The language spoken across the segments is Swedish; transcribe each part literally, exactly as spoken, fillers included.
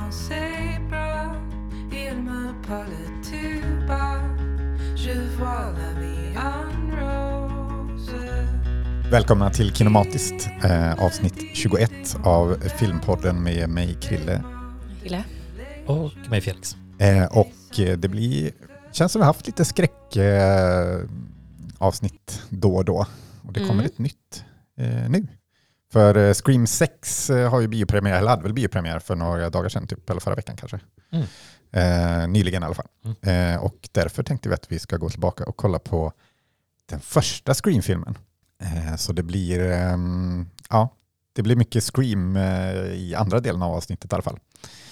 ses bras, il me parle tout bas. Je vois la vie en rose. Välkomna till Kinematiskt, eh, avsnitt tjugoett av Filmpodden med mig Krille. Hille. Och mig Felix. Eh, och det blir, känns som vi har haft lite skräck eh, avsnitt då och då. Och det kommer Mm. ett nytt eh, nu. För eh, Scream sex eh, har ju biopremiär, eller hade väl biopremiär för några dagar sedan, typ, eller förra veckan kanske. Mm. Eh, nyligen i alla fall. Mm. Eh, och därför tänkte vi att vi ska gå tillbaka och kolla på den första Scream-filmen. Eh, så det blir, eh, ja, det blir mycket Scream eh, i andra delen av avsnittet i alla fall.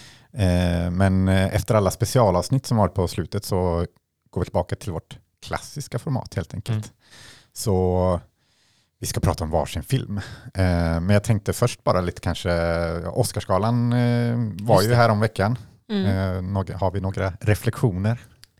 Eh, men eh, efter alla specialavsnitt som varit på slutet så går vi tillbaka till vårt klassiska format helt enkelt. Mm. Så vi ska prata om varsin film. Eh, men jag tänkte först bara lite kanske, Oscarsgalan eh, var ju här om veckan. Mm. Eh, några, har vi några reflektioner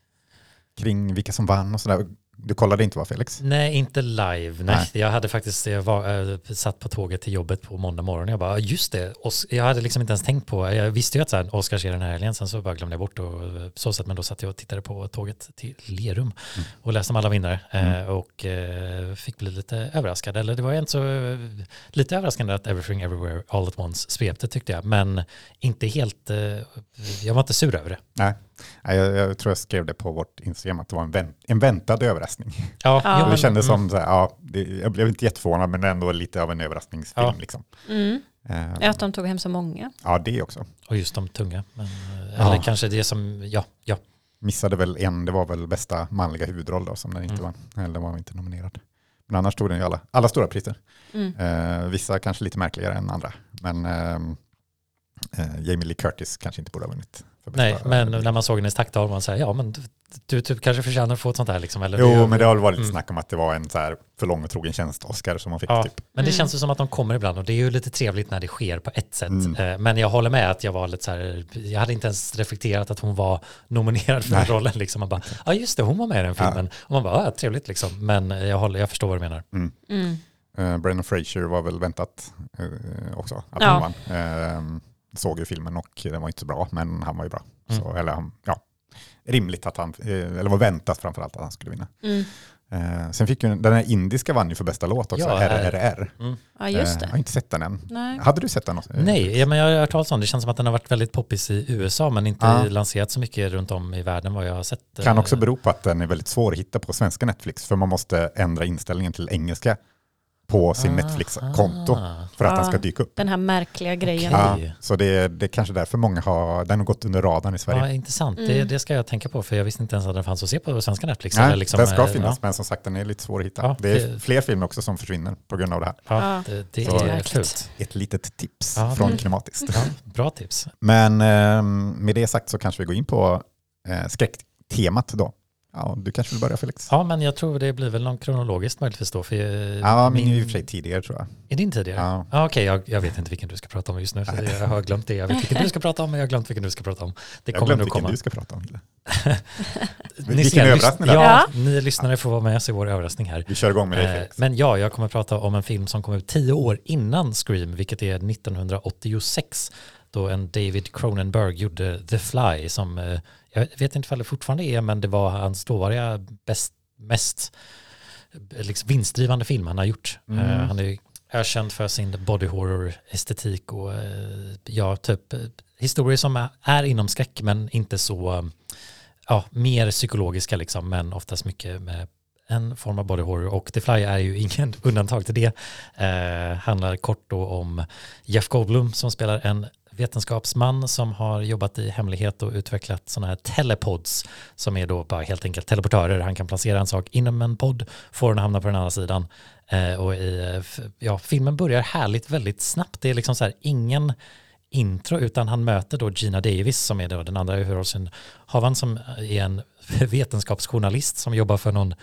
kring vilka som vann och sådär? Du kollade inte, va, Felix? Nej, inte live. Nej. Nej. Jag hade faktiskt, jag var, äh, satt på tåget till jobbet på måndag morgon och jag bara, just det, Os- jag hade liksom inte ens tänkt på, jag visste ju att så här, Oscars är den här helgen, sen så bara glömde jag bort och så sätt, men då satt jag och tittade på tåget till Lerum Mm. och läste om alla vinnare Mm. eh, och eh, fick bli lite överraskad, eller det var inte så eh, lite överraskande att Everything Everywhere All at Once svepte, tyckte jag, men inte helt, eh, jag var inte sur över det. Nej, Nej jag, jag tror jag skrev det på vårt Instagram att det var en, vänt, en väntad överraskning. Ja, Ja. jo, Det men- kändes mm. som, så här, ja, det, jag blev inte jätteförvånad men ändå lite av en överraskningsfilm. Ja. Liksom. Mm. Eh, Ja, att de tog hem så många. ja, det också. Och just de tunga. Men, eh, Ja. eller kanske det som, ja, ja. Missade väl en, det var väl bästa manliga huvudroll då, som den inte Mm. var. Eller den var inte nominerad. Men annars tog den ju alla, alla stora priser. Mm. Eh, vissa kanske lite märkligare än andra. Men ehm, eh, Jamie Lee Curtis kanske inte borde ha vunnit. För bästa- Nej, men när man såg hennes tacktal man säger, ja men du, du typ kanske förtjänar att få ett sånt här liksom. Eller Jo, det, men det har väl varit lite Mm. snack om att det var en så här för lång och trogen tjänst Oscar som man fick Ja, typ. men det Mm. känns ju som att de kommer ibland och det är ju lite trevligt när det sker på ett sätt. Mm. Eh, Men jag håller med att jag var lite så här, jag hade inte ens reflekterat att hon var nominerad för Nej. den rollen liksom. Man bara, ja just det, hon var med i den filmen. Och man bara, ja trevligt liksom. Men jag, håller, jag förstår vad du menar. Mm. Mm. Uh, Brendan Fraser var väl väntat eh, också att Ja. han vann. Uh, såg ju filmen och den var inte så bra, men han var ju bra. Mm. Så, eller han, ja, rimligt att han, eh, eller var väntat framförallt att han skulle vinna. Mm. Uh, sen fick ju den här indiska vann ju för bästa låt också, Ja, R R R. Mm. Ja, just Eh, jag det. har inte sett den än. Nej. Hade du sett den? också? Nej, ja, men jag har hört talas om det. Det känns som att den har varit väldigt poppis i U S A men inte Ja. lanserat så mycket runt om i världen vad jag har sett. Kan också Eh, bero på att den är väldigt svår att hitta på svenska Netflix, för man måste ändra inställningen till engelska på sin Ah, Netflix-konto ah. för att Ja. den ska dyka upp. Den här märkliga grejen. Okej. Ja, så det är, det är kanske därför många har, den har gått under radarn i Sverige. Ja, intressant. Mm. Det, det ska jag tänka på för jag visste inte ens att den fanns att se på svenska Netflix. Nej, eller liksom, den ska eh, finnas, Ja, men som sagt den är lite svår att hitta. Ja, det är det- fler filmer också som försvinner på grund av det här. ja, Ja. det, det Så- är Exakt. kul. Ett litet tips Ja, från mm. Kinematiskt. Ja, bra tips. Men eh, med det sagt så kanske vi går in på eh, skräcktemat då. Ja, du kanske vill börja, Felix? Ja, men jag tror det blir väl någon kronologiskt möjligtvis då. För eh, Ja, min är i och för sig tidigare tror jag. Är din tidigare? Ja. Ja, Okej, jag, jag vet inte vilken du ska prata om just nu. För jag har glömt det. Jag vet vilken du ska prata om, men jag har glömt vilken du ska prata om. Det Jag kommer glömde nog vilken komma. du ska prata om. Hille. Ni Vilken ser, överraskning lys- där. Ja, Ja. ni lyssnare får vara med oss i vår överraskning här. Vi kör igång med dig, Eh, Felix. Men ja, jag kommer att prata om en film som kom ut tio år innan Scream, vilket är nittonhundraåttiosex, då en David Cronenberg gjorde The Fly, som eh, jag vet inte om det fortfarande är, men det var hans dåvarliga bäst, mest eh, liksom vinstdrivande film han har gjort. Mm. Eh, han är ju ökänd för sin body horror-estetik och eh, ja, typ eh, historier som är, är inom skräck, men inte så, eh, ja, mer psykologiska liksom, men oftast mycket med en form av body horror, och The Fly är ju ingen undantag till det. Eh, handlar kort då om Jeff Goldblum som spelar en vetenskapsman som har jobbat i hemlighet och utvecklat sådana här telepods som är då bara helt enkelt teleportörer. Han kan placera en sak inom en podd, får den hamna på den andra sidan. Eh, och i, ja, filmen börjar härligt väldigt snabbt. Det är liksom så här ingen intro, utan han möter då Gina Davis som är då den andra huvudrollsinnehavaren, som är en vetenskapsjournalist som jobbar för någon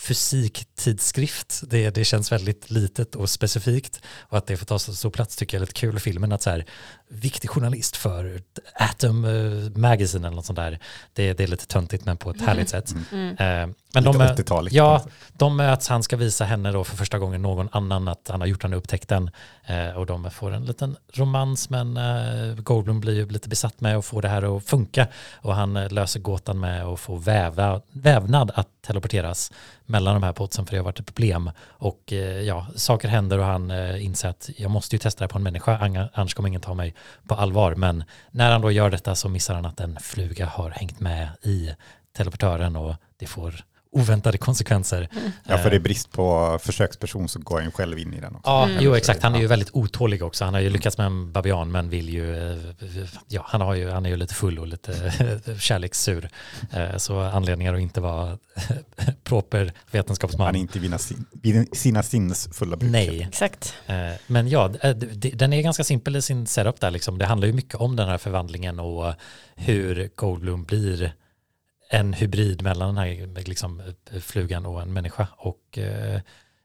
fysiktidskrift. Det, det känns väldigt litet och specifikt, och att det får ta så stor plats tycker jag är lite kul i filmen, att så här, viktig journalist för Atom Magazine eller något sånt där. Det, det är lite töntigt men på ett mm. härligt sätt. Mm. Eh, men de, ja, de möts, han ska visa henne då för första gången någon annan att han har gjort den upptäckten, eh, och de får en liten romans, men eh, Goldblum blir ju lite besatt med att få det här att funka, och han eh, löser gåtan med att få väva, vävnad att teleporteras mellan de här podsen, för det har varit ett problem, och eh, ja, saker händer och han eh, inser att jag måste ju testa det på en människa, annars kommer ingen ta mig på allvar. Men när han då gör detta så missar han att en fluga har hängt med i teleportören, och det får oväntade konsekvenser. Mm. Ja, för det är brist på försöksperson så går han själv in i den också. Ja, mm. jo exakt. Han är ju väldigt otålig också. Han har ju lyckats med en babian, men vill ju, ja, han, har ju, han är ju lite full och lite kärlekssur. Så anledningar att inte vara proper vetenskapsman. Han är inte vid sina, sina sinnesfulla bruk. Nej. Exakt. Men ja, den är ganska simpel i sin setup där liksom. Det handlar ju mycket om den här förvandlingen och hur Goldblum blir en hybrid mellan den här liksom, flugan och en människa. Och eh,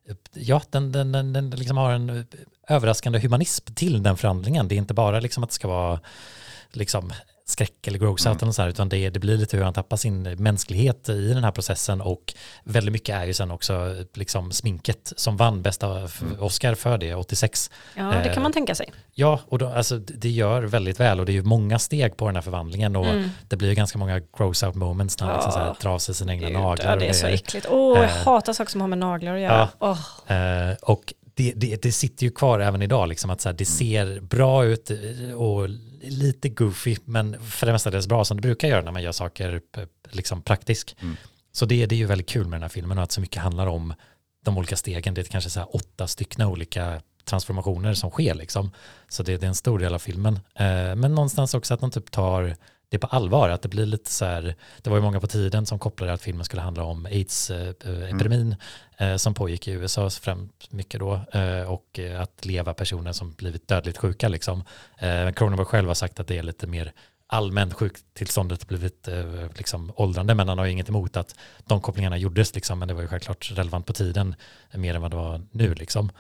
ja, den, den, den, den liksom har en överraskande humanism till den förhandlingen. Det är inte bara liksom, att det ska vara liksom, skräck eller gross out, mm. utan det, det blir lite hur han tappar sin mänsklighet i den här processen, och väldigt mycket är ju sen också liksom sminket som vann bästa mm. Oscar för det, åttiosex. Ja, det kan man tänka sig. Ja, och då, alltså, det gör väldigt väl, och det är ju många steg på den här förvandlingen, och mm. det blir ju ganska många gross out moments när han liksom, ja. drar sig sina egna Gud, naglar. Ja, det är så äckligt. Åh, oh, jag äh, hatar saker som har med naglar att göra. Ja, oh. äh, och Det, det, det sitter ju kvar även idag, liksom, att så här, det ser bra ut och lite goofy, men för det mesta är det bra som det brukar göra när man gör saker liksom, praktiskt. Mm. Så det, det är ju väldigt kul med den här filmen, och att så mycket handlar om de olika stegen. Det är kanske så här åtta stycken olika transformationer som sker. Liksom. Så det, det är en stor del av filmen. Eh, men någonstans också att de typ tar det på allvar, att det blir lite så här, det var ju många på tiden som kopplade att filmen skulle handla om AIDS-epidemin mm. eh, som pågick i U S A främst mycket då, eh, och att leva personer som blivit dödligt sjuka liksom. Eh, Cronenberg själv har sagt att det är lite mer allmänt sjuktillståndet blivit eh, liksom åldrande, men han har ju inget emot att de kopplingarna gjordes liksom, men det var ju självklart relevant på tiden mer än vad det var nu liksom.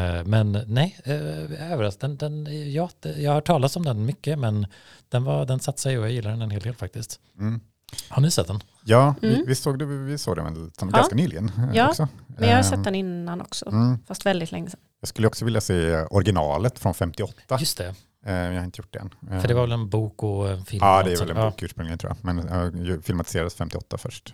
Men nej, överraskande. Den, den, ja, jag har hört talas om den mycket, men den, var, den satt sig och jag gillar den en hel del faktiskt. Mm. Har ni sett den? Ja, mm. vi, vi, såg det, vi såg den väl ja. ganska nyligen ja, också. Men jag har sett den innan också, mm. fast väldigt länge sedan. Jag skulle också vilja se originalet från femtioåtta. Just det. Jag har inte gjort det än. För det var väl en bok och en film? Ja, det är väl en bok ja. ursprungligen tror jag. Men jag filmatiserades femtioåtta först.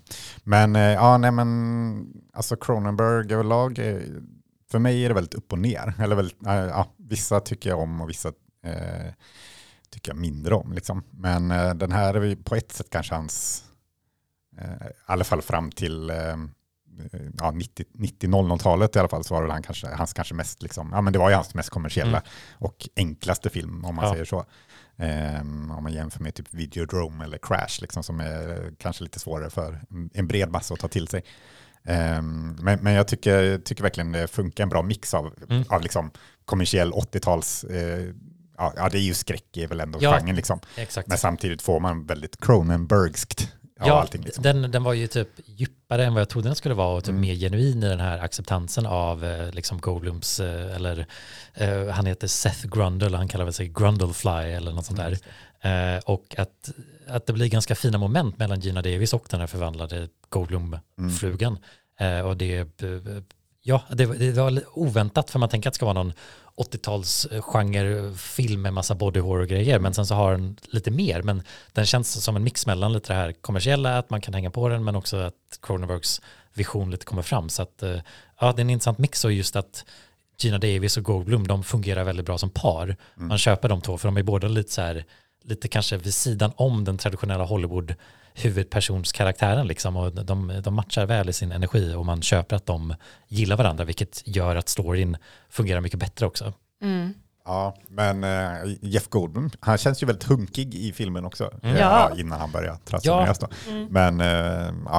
Men ja, nej men alltså Cronenberg överlag, för mig är det väldigt upp och ner. Eller väldigt, ja, vissa tycker jag om och vissa eh, tycker jag mindre om. Liksom. Men eh, den här är på ett sätt kanske hans, eh, i alla fall fram till eh, ja, nittio-noll-talet i alla fall, så var det han kanske, hans kanske mest, liksom, ja men det var ju hans mest kommersiella mm. och enklaste film om man ja. säger så. Eh, om man jämför med typ Videodrome eller Crash liksom, som är kanske lite svårare för en bred massa att ta till sig. Um, men, men jag tycker, tycker verkligen det funkar en bra mix av, mm. av liksom kommersiell åttio-tals, eh, ja, ja det är ju skräck är väl ändå ja, genren liksom. Exakt. Men samtidigt får man väldigt Cronenbergskt av ja, allting. Liksom. Den, den var ju typ djupare än vad jag trodde den skulle vara, och typ mm. mer genuin i den här acceptansen av eh, liksom Goldblums, eh, eller eh, han heter Seth Grundle, han kallar väl sig Grundlefly eller något sånt där. Mm. Eh, och att, att det blir ganska fina moment mellan Gina Davis och den här förvandlade Goldblum-frugan. Mm. Eh, och det, ja, det, det var oväntat, för man tänker att det ska vara någon åttio-tals genre-film med massa body horror-grejer, men sen så har den lite mer, men den känns som en mix mellan lite det här kommersiella, att man kan hänga på den, men också att Cronenbergs vision lite kommer fram. Så att, ja, det är en intressant mix, och just att Gina Davis och Goldblum, de fungerar väldigt bra som par. Mm. Man köper de två, för de är båda lite så här, lite kanske vid sidan om den traditionella Hollywood huvudpersonskaraktären liksom, och de, de matchar väl i sin energi, och man köper att de gillar varandra, vilket gör att storyn fungerar mycket bättre också. Mm. Ja, men uh, Jeff Goldblum, han känns ju väldigt hunkig i filmen också, mm. ja. uh, innan han börjar transformeras. Ja. Mm. Men uh, ja,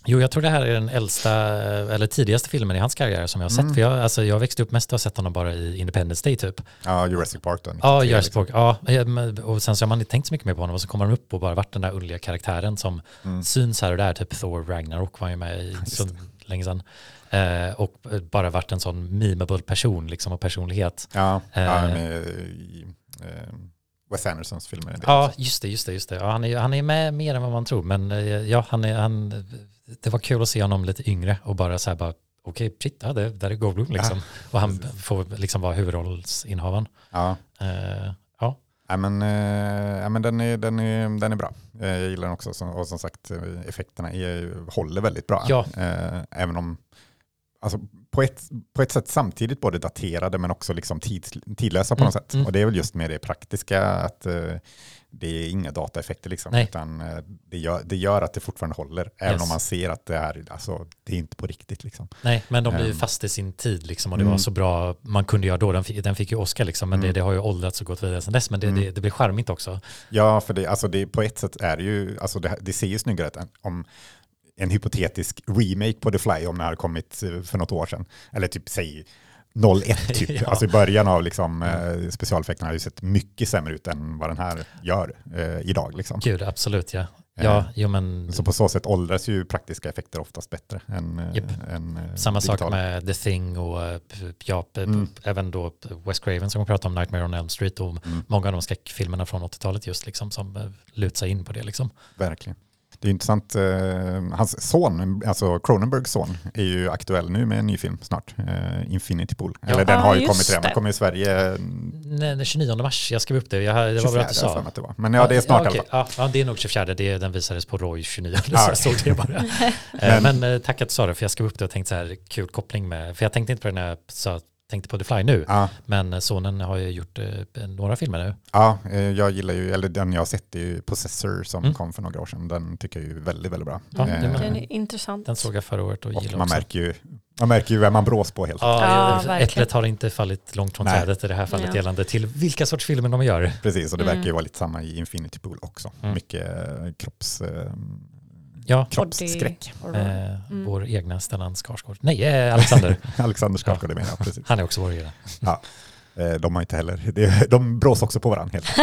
Jo, jag tror det här är den äldsta eller tidigaste filmen i hans karriär som jag har sett. Mm. För jag, alltså, jag växte upp mest och har sett honom bara i Independence Day typ. Ja, Jurassic Park då. Ja, Jurassic Park. Ja, och sen så har man inte tänkt så mycket mer på honom och så kommer de upp och bara varit den där underliga karaktären som mm. syns här och där. Typ Thor Ragnarok var ju med i så länge sedan. Eh, och bara varit en sån memeable person liksom och personlighet. Ja, eh, ja med i eh, Wes Andersons filmer. Det ja, just det, just det, just det. Ja, han är han är med mer än vad man tror, men eh, ja, han är han det var kul att se honom lite yngre och bara så här bara okej, okay, shit, ja, det där är Goldblum liksom. Ja. Och han får liksom vara huvudrollsinnehavaren. Ja. Eh, ja. Ja, men, eh, ja, men den, är, den, är, den är bra. Jag gillar den också. Och som sagt, effekterna är, håller väldigt bra. Ja. Eh, även om, alltså, på, ett, på ett sätt samtidigt både daterade men också liksom tid, tidlösa på mm, något sätt. Mm. Och det är väl just med det praktiska att eh, det är inga dataeffekter. Liksom, utan eh, det, gör, det gör att det fortfarande håller. Även yes. om man ser att det är, alltså, det är inte på riktigt. Liksom. Nej, men de blir um, fast i sin tid. Liksom, och det mm. var så bra man kunde göra då. Den fick, den fick ju Oscar, liksom, men mm. det, det har ju åldrats och gått vidare sedan dess. Men det, mm. det, det blir charmigt också. Ja, för det, alltså det, på ett sätt är det ju, alltså det, det ser ju snyggare ut om en hypotetisk remake på The Fly om det hade kommit för något år sedan. Eller typ, säg noll ett typ. Ja. Alltså i början av liksom, mm. specialeffekterna har ju sett mycket sämre ut än vad den här gör eh, idag. Liksom. Gud, absolut, ja. Ja, eh, jo, men... Så på så sätt åldras ju praktiska effekter oftast bättre än, yep. än samma digital. sak med The Thing och ja, mm. även då Wes Craven som vi pratade om, Nightmare on Elm Street och mm. många av de skräckfilmerna från åttiotalet just liksom, som lutar sig in på det. Liksom. Verkligen. Det är intressant. Uh, hans son, alltså Cronenbergs son, är ju aktuell nu med en ny film snart. Uh, Infinity Pool. Ja. Eller den har ju kommit redan. Den kommer i Sverige. Nej, den tjugonionde mars. Jag skrev upp det. Jag, det var väl att du sa. Att det var. Men ja, det är snart ja, okay. i alla fall. Ja, ja, det är nog tjugofjärde. Det, den visades på Roy tjugonionde. Ja, så jag såg det bara. men men tack att du sa det, för jag skrev upp det och tänkte så här, kul koppling med. För jag tänkte inte på det när jag sa tänkte på The Fly nu, ja. Men sonen har ju gjort eh, några filmer nu. Ja, eh, jag gillar ju, eller den jag har sett är ju Possessor som mm. kom för några år sedan. Den tycker jag är väldigt, väldigt bra. Ja, eh, den är intressant. Den såg jag förra året och, och gillar man också. Märker ju, man märker ju vem man brås på helt enkelt. Ja, ja, äpplet har inte fallit långt från trädet i det här fallet, ja. Gällande till vilka sorts filmer de gör. Precis, och det mm. verkar ju vara lite samma i Infinity Pool också. Mm. Mycket kropps... Eh, Ja, kroppsskräck. Eh, mm. Vår egna Stellan Skarsgård. Nej, eh, Alexander. Alexander Skarsgård, det menar jag, precis. Han är också vår egna. Ja, eh, de har inte heller. De brås också på varandra helt.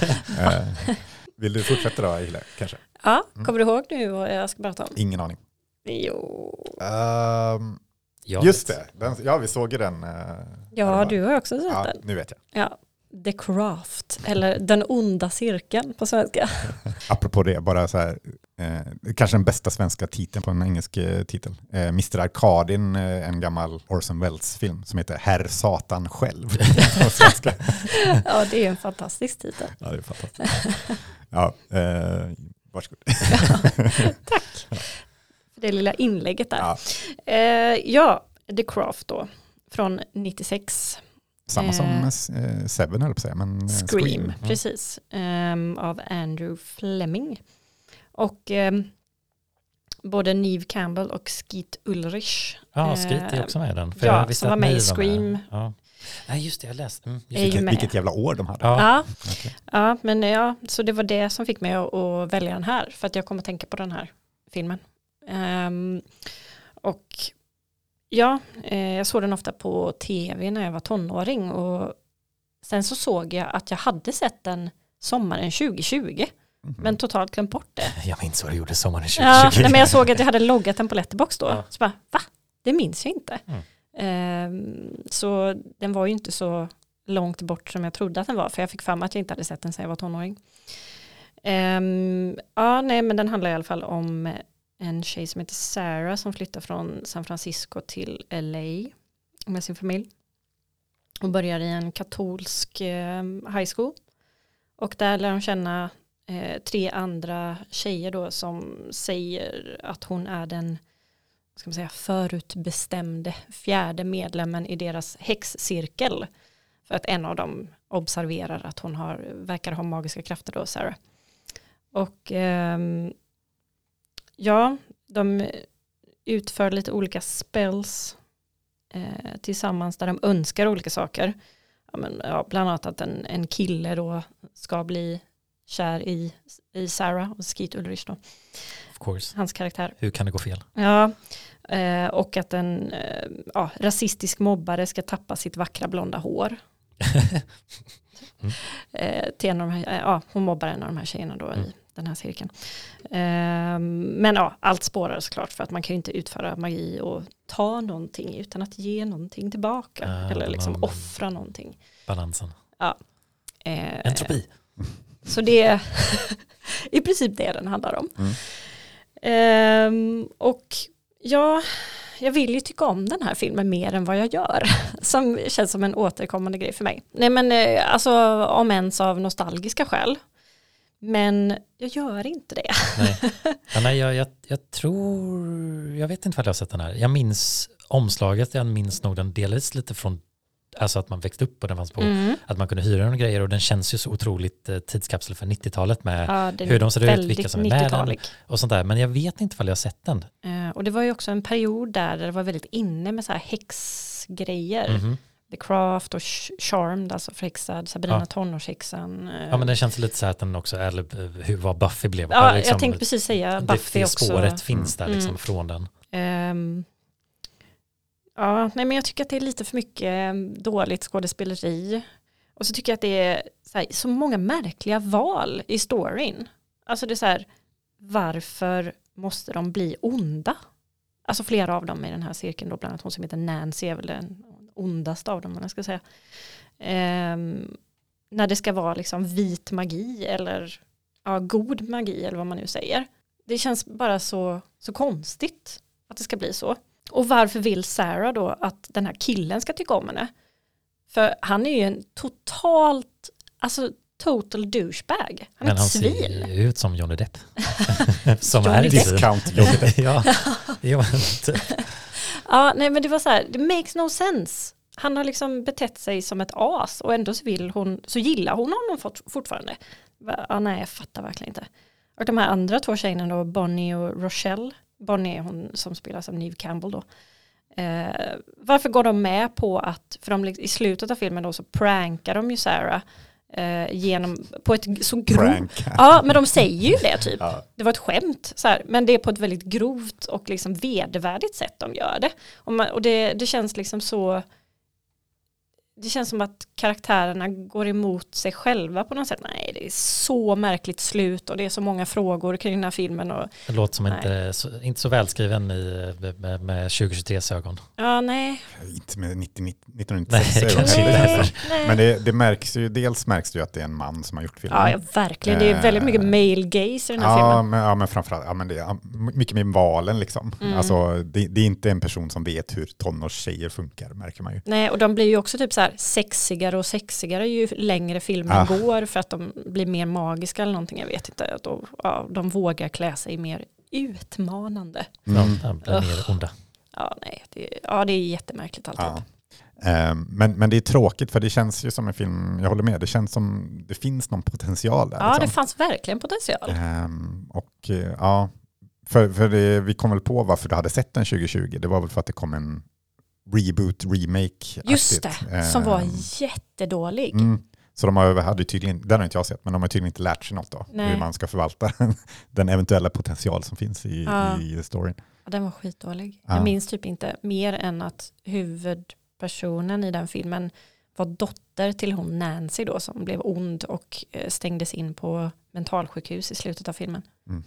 eh, vill du fortsätta då, Hille, kanske? Ja, kommer mm. du ihåg nu vad jag ska prata om? Ingen aning. Jo. Um, just det, den, ja vi såg ju den. Uh, ja, du har också sett ja, den. Nu vet jag. Ja. The Craft, eller Den onda cirkeln på svenska. Apropå det, bara så här, eh, kanske den bästa svenska titeln på en engelsk eh, titel. Eh, mister Arkadin, eh, en gammal Orson Welles-film som heter Herr Satan själv på svenska. Ja, det är en fantastisk titel. Ja, det är fantastiskt. Ja, eh, varsågod. Ja, tack för det lilla inlägget där. Ja, eh, ja The Craft då, från nittiosex. Samma som eh, Seven, höll på att säga. Men, Scream, Scream. Mm. Precis. Um, av Andrew Fleming. Och um, både Neve Campbell och Skeet Ulrich. Ja, uh, Skeet är också med i den. För ja, som var med i Scream. Ja. Nej, just det, jag läste. Mm, vilket, vilket jävla år de hade. Ja, ja. Okay. Ja, men ja, så det var det som fick mig att, att välja den här. För att jag kom att tänka på den här filmen. Um, och ja, eh, jag såg den ofta på tv när jag var tonåring. Och sen så såg jag att jag hade sett den sommaren tjugo tjugo. Mm. Men totalt glömt bort det. Jag minns vad du gjorde sommaren tjugo tjugo. Ja, nej, men jag såg att jag hade loggat den på Letterboxd då. Ja. Så bara, va? Det minns jag inte. Mm. Um, så den var ju inte så långt bort som jag trodde att den var. För jag fick fram att jag inte hade sett den sedan jag var tonåring. Um, ja, nej, men den handlar i alla fall om en tjej som heter Sarah som flyttar från San Francisco till L A med sin familj. Och börjar i en katolsk eh, high school. Och där lär hon känna eh, tre andra tjejer då som säger att hon är den, ska man säga, förutbestämde fjärde medlemmen i deras häxcirkel. För att en av dem observerar att hon har, verkar ha magiska krafter då, Sarah. Och eh, ja, de utför lite olika spells eh, tillsammans där de önskar olika saker. Ja, men, ja, bland annat att en, en kille då ska bli kär i, i Sarah och Skeet Ulrich då. Of course. Hans karaktär. Hur kan det gå fel? Ja, eh, och att en eh, ja, rasistisk mobbare ska tappa sitt vackra blonda hår. mm. eh, till en av de här, eh, ja, hon mobbar en av de här tjejerna då mm. i den här cirkeln. Eh, men ja, allt spårar såklart för att man kan ju inte utföra magi och ta någonting utan att ge någonting tillbaka. Uh, eller liksom man, offra någonting. Balansen. Ja. Eh, Entropi. Så det är i princip det den handlar om. Mm. Eh, och ja, jag vill ju tycka om den här filmen mer än vad jag gör. Som känns som en återkommande grej för mig. Nej men eh, alltså om ens av nostalgiska skäl. Men jag gör inte det. Nej, ja, nej jag, jag, jag tror, jag vet inte vad jag har sett den här. Jag minns omslaget, jag minns nog den delades lite från, alltså att man växte upp och den fanns på, mm. att man kunde hyra några grejer och den känns ju så otroligt eh, tidskapsel för nittiotalet med ja, hur de ser ut, vilka som är med den och sånt där. Men jag vet inte vad jag har sett den. Uh, och det var ju också en period där det var väldigt inne med så här häxgrejer. Mm-hmm. The Craft och Charmed, alltså förhäxad, Sabrina ja. tonårshäxan. Ja, men det känns lite så här att den också, eller hur vad Buffy blev. Ja, liksom, jag tänkte precis säga Buffy det också. Spåret finns där liksom mm. från den. Um, ja, nej, men jag tycker att det är lite för mycket dåligt skådespeleri. Och så tycker jag att det är så, här, så många märkliga val i storyn. Alltså det är så här, varför måste de bli onda? Alltså flera av dem i den här cirkeln då, bland annat hon som heter Nancy är väl den ondaste av dem, man ska säga. Um, när det ska vara liksom vit magi eller ja, god magi eller vad man nu säger. Det känns bara så, så konstigt att det ska bli så. Och varför vill Sarah då att den här killen ska tycka om henne? För han är ju en totalt, alltså total douchebag. Han är Men han ett svin. ser ju ut som Johnny Depp. som Johnny är Depp. Discount Johnny Depp. ja, jo, typ. Ja, nej men det var så här, det makes no sense. Han har liksom betett sig som ett as och ändå så vill hon, så gillar hon honom fort, fortfarande. Ja, nej, jag fattar verkligen inte. Och de här andra två tjejerna då, Bonnie och Rochelle. Bonnie är hon som spelas av Neve Campbell då. Eh, varför går de med på att, för de, i slutet av filmen då så prankar de ju Sarah eh, genom, på ett så grovt, ja men de säger ju det typ, ja. Det var ett skämt så här, men det är på ett väldigt grovt och liksom vedervärdigt sätt de gör det. Och, man, och det, det känns liksom så, det känns som att karaktärerna går emot sig själva på något sätt. Nej, det är så märkligt slut och det är så många frågor kring den här filmen. Och, det låter som inte så, inte så välskriven i, med, med tjugohundratjugotres ögon. Ja, nej. Inte med nittonhundranittiosex ögon. Nej, nej. Men det, det märks ju, dels märks det ju att det är en man som har gjort filmen. Ja, ja verkligen. Det är väldigt mycket male gaze i den här ja, filmen. Men, ja, men framförallt, ja, men det är mycket med valen liksom. Mm. Alltså, det, det är inte en person som vet hur tonårstjejer funkar, märker man ju. Nej, och de blir ju också typ så här sexigare och sexigare ju längre filmen ah. går för att de blir mer magiska eller någonting, jag vet inte. Att de, ja, de vågar klä sig mer utmanande. Mm. De blir mer onda. Ja, nej, det, ja, det är jättemärkligt alltid. Ja. Um, men, men det är tråkigt för det känns ju som en film, jag håller med, det känns som det finns någon potential där. Ja, liksom. Det fanns verkligen potential. Um, och uh, ja, för, för det, vi kom väl på varför du hade sett den tjugo tjugo, det var väl för att det kom en reboot, remake. Just det, som var jättedålig. Mm, så de har, hade tydligen, den har inte jag sett, men de har tydligen inte lärt sig något då. Nej. Hur man ska förvalta den eventuella potential som finns i, ja. i storyn. Ja, den var skitdålig. Ja. Jag minns typ inte mer än att huvudpersonen i den filmen var dotter till hon Nancy då som blev ond och stängdes in på mentalsjukhus i slutet av filmen. Mm.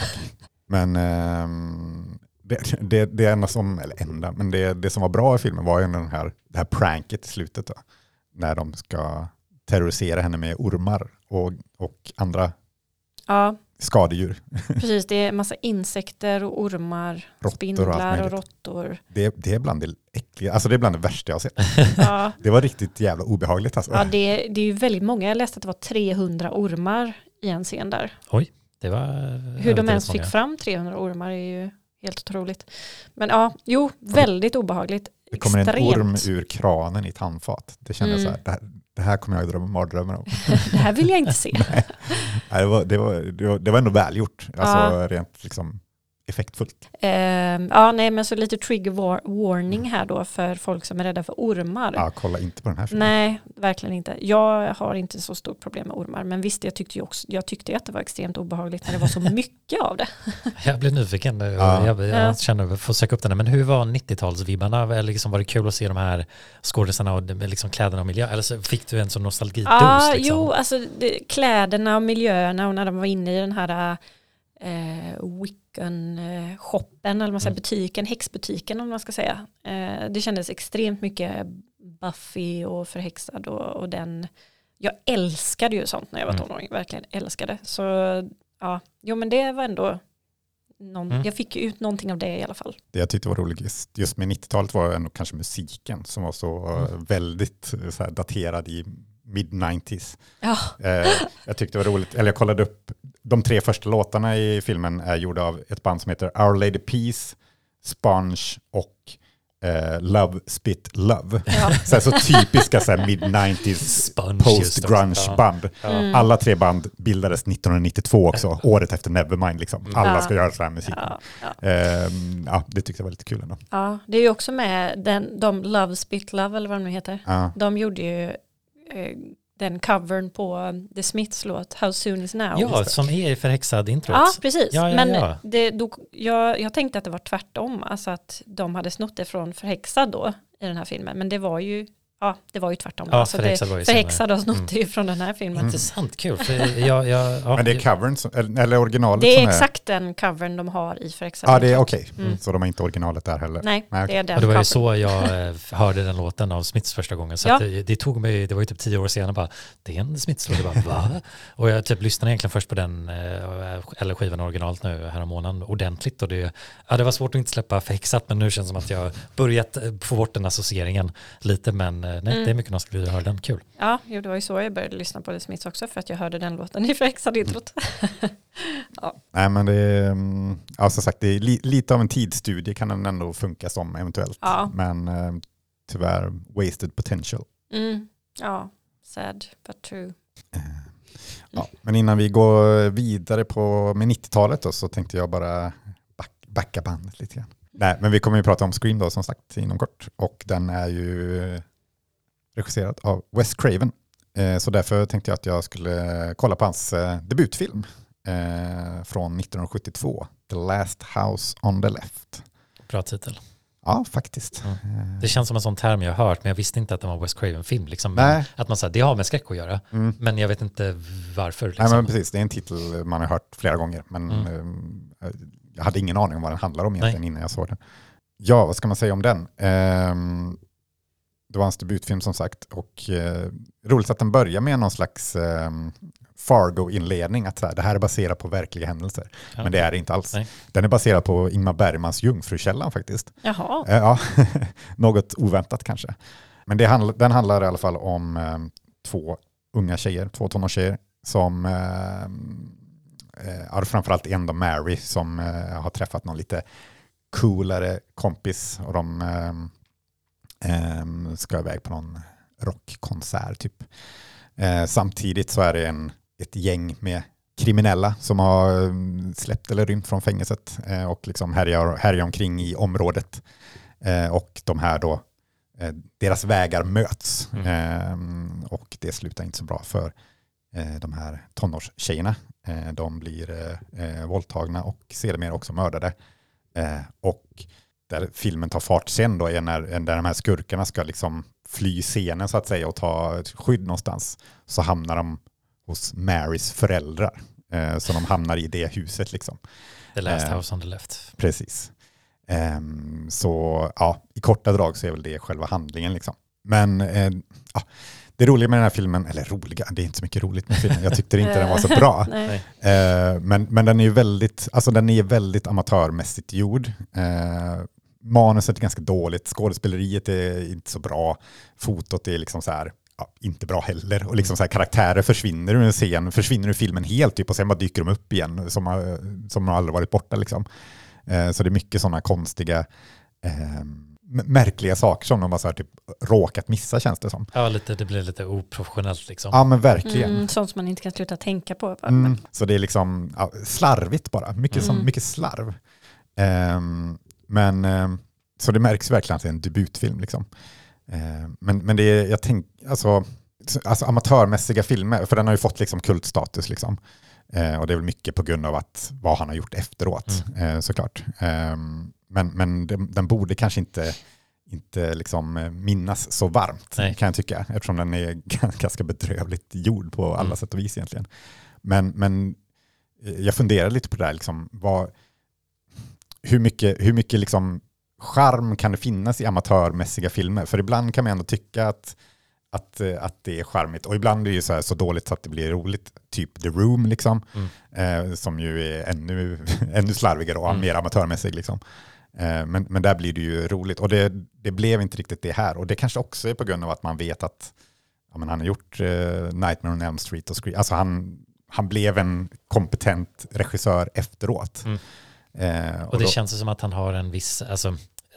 Men ähm, Det, det, det enda som, eller enda, men det, det som var bra i filmen var ju den här, det här pranket i slutet då, när de ska terrorisera henne med ormar och, och andra ja. skadedjur. Precis, det är massa insekter och ormar, råttor spindlar och, och råttor. Det, det är bland det äckliga, alltså det är bland det värsta jag har sett. Ja. Det var riktigt jävla obehagligt alltså. Ja, det, det är ju väldigt många, jag läste att det var trehundra ormar i en scen där. Oj, det var... Hur de ens fick fram trehundra ormar är ju helt otroligt. Men ja, jo, väldigt obehagligt. Det kommer Extremt. En orm ur kranen i ett handfat. Det kändes mm. så här, det här, det här kommer jag drömma mardrömmar om. Det här vill jag inte se. Nej, det, var, det, var, det, var, det var ändå välgjort. Alltså ja. rent liksom effektfullt. Eh, ja, nej, men så lite trigger war- warning här då för folk som är rädda för ormar. Ja, kolla inte på den här filmen. Nej, verkligen inte. Jag har inte så stort problem med ormar, men visst, jag tyckte ju också, jag tyckte att det var extremt obehagligt när det var så mycket av det. Jag blev nyfiken. Ja. Jag, jag Ja. känner att jag får söka upp den. Men hur var nittiotalsvibbarna? Liksom, var det kul att se de här skådespelarna och liksom kläderna och miljö? Eller så fick du en sån nostalgidus? Ja, liksom? jo, alltså det, kläderna och miljöerna och när de var inne i den här eh, Wiccan-shoppen, eller man säger Mm. butiken, häxbutiken om man ska säga. Eh, det kändes extremt mycket Buffy och förhäxad och, och den. Jag älskade ju sånt när jag var Mm. tonåring, verkligen älskade. Så ja, jo men det var ändå någon, Mm. jag fick ju ut någonting av det i alla fall. Det jag tyckte var roligt just, just med nittiotalet var ändå kanske musiken som var så Mm. uh, väldigt uh, så här, daterad i mid-nineties. Ja, Eh, jag tyckte det var roligt, eller jag kollade upp, de tre första låtarna i filmen är gjorda av ett band som heter Our Lady Peace, Sponge och eh, Love Spit Love. ja. Så, här, så typiska så här, mid-nineties Sponge just post-grunge också. band. Ja. Mm. Alla tre band bildades nittonhundranittiotvå också, året efter Nevermind. Liksom. Alla Ja. ska göra så här musik. Ja, ja. Ehm, ja, det tyckte jag var lite kul ändå. ja, det är ju också med den, de Love Spit Love eller vad de nu heter. Ja. De gjorde ju eh, den covern på The Smiths låt How Soon Is Now. Ja, som är i förhäxad introt. Ja, precis. Ja, ja, Men ja. Det, då, jag, jag tänkte att det var tvärtom. Alltså att de hade snott det från Förhäxad då i den här filmen. Men det var ju, ja, det var ju tvärtom. Ja, alltså Förhäxad var det, ju Förhäxad har snott Mm. det ju från den här filmen. Intressant, kul. För jag, jag, ja, Men det är covern, som, eller, eller originalet Det är som exakt den covern de har i Förhäxad. Ja, det är okej. Mm. Så de har inte originalet där heller. Nej, Nej, det är den Och det var ju covern. så jag eh, hörde den låten av Smiths första gången. Så Ja. att det, det tog mig, det var ju typ tio år senare bara, det är en Smiths-låt. Jag bara, va? Och jag typ lyssnade egentligen först på den, eh, eller skivan originalt nu här om månaden, ordentligt. Och det, ja, det var svårt att inte släppa Förhäxat, men nu känns det som att jag börjat eh, få bort den associeringen lite. Men eh, nej, Mm. det är mycket nostalgi att höra den. Kul. Ja, jo, det var ju så jag började lyssna på The Smiths också, för att jag hörde den låten i Förhäxad introt. Nej, men det är, mm, ja, som sagt, det är li, lite av en tidsstudie kan den ändå funka som eventuellt. Ja. Men eh, tyvärr wasted potential. Mm. Ja, sad but true. Ja, men innan vi går vidare på med nittiotalet då, så tänkte jag bara back, backa bandet lite grann. Nej, men vi kommer ju prata om Scream då som sagt inom kort. Och den är ju regisserad av Wes Craven. Eh, så därför tänkte jag att jag skulle kolla på hans eh, debutfilm eh, från nittonhundrasjuttiotvå. The Last House on the Left. Bra titel. Ja, faktiskt. Mm. Eh, Det känns som en sån term jag har hört, men jag visste inte att det var en Wes Craven-film. Liksom. Men Nej. att man säger det har med skräck att göra, Mm. men jag vet inte varför. Liksom. Nej, men precis. Det är en titel man har hört flera gånger. Men Mm. eh, jag hade ingen aning om vad den handlar om egentligen Nej. innan jag såg den. Ja, vad ska man säga om den? Eh, det var hans debutfilm som sagt. Och eh, roligt att den börjar med någon slags eh, Fargo-inledning. Att så här, det här är baserat på verkliga händelser. Ja. Men det är det inte alls. Nej. Den är baserad på Ingmar Bergmans Jungfrukällan faktiskt. Jaha. Eh, ja, något oväntat kanske. Men det handl- den handlar i alla fall om eh, två unga tjejer, två tonårstjejer som eh, eh, ja, framförallt en då, Mary, som eh, har träffat någon lite coolare kompis och de eh, eh, ska iväg på någon rockkonsert typ. Eh, samtidigt så är det en, ett gäng med kriminella som har eh, släppt eller rymt från fängelset eh, och liksom härjar, härjar omkring i området. Eh, och de här då, eh, deras vägar möts. Mm. Eh, och det slutar inte så bra för eh, de här tonårstjejerna. Eh, de blir eh, eh, våldtagna och sedermera också mördade. Eh, och där filmen tar fart sen då är när, när de här skurkarna ska liksom fly scenen så att säga och ta ett skydd någonstans, så hamnar de hos Marys föräldrar. Eh, så de hamnar i det huset liksom. The Last Eh, House on the Left. Precis. Ehm, så ja, i korta drag så är väl det själva handlingen liksom. Men eh, ja, det roliga med den här filmen, eller roliga, det är inte så mycket roligt med filmen. Jag tyckte inte den var så bra. Nej. Eh, men, men den är ju väldigt, alltså den är väldigt amatörmässigt gjord. Eh, manuset är ganska dåligt, skådespeleriet är inte så bra, fotot är liksom så här, ja, inte bra heller. Och liksom så här, karaktärer försvinner ur en scen, försvinner ur filmen helt typ, och sen bara dyker de upp igen som har, som har aldrig varit borta liksom. Eh, så det är mycket sådana konstiga eh, m- märkliga saker som de har så här, typ, råkat missa, känns det som. Ja, lite, det blir lite oprofessionellt liksom. Ja, men verkligen. Mm, sånt som man inte kan sluta tänka på. Mm. Så det är liksom ja, slarvigt bara, mycket, som, Mm. mycket slarv. Um, men um, så det märks verkligen att det är en debutfilm liksom. Uh, men, men det är, jag tänk, alltså, alltså amatörmässiga filmer, för den har ju fått liksom kultstatus liksom. Uh, och det är väl mycket på grund av att vad han har gjort efteråt, mm. uh, såklart. Um, men men den, den borde kanske inte inte liksom minnas så varmt. Nej. Kan jag tycka, eftersom den är ganska bedrövligt gjord på alla mm. sätt och vis egentligen. Men, men jag funderar lite på det där, liksom, vad, hur mycket, hur mycket liksom charm kan det finnas i amatörmässiga filmer? För ibland kan man ändå tycka att, att, att det är charmigt, och ibland är det ju så, här så dåligt så att det blir roligt, typ The Room liksom, mm. eh, som ju är ännu, ännu slarvigare och mm. mer amatörmässig liksom. Men, men där blir det ju roligt. Och det, det blev inte riktigt det här. Och det kanske också är på grund av att man vet att ja, men han har gjort uh, Nightmare on Elm Street och Scream. Alltså han, han blev en kompetent regissör efteråt. Mm. Uh, och, och det då, känns som att han har en viss... Alltså,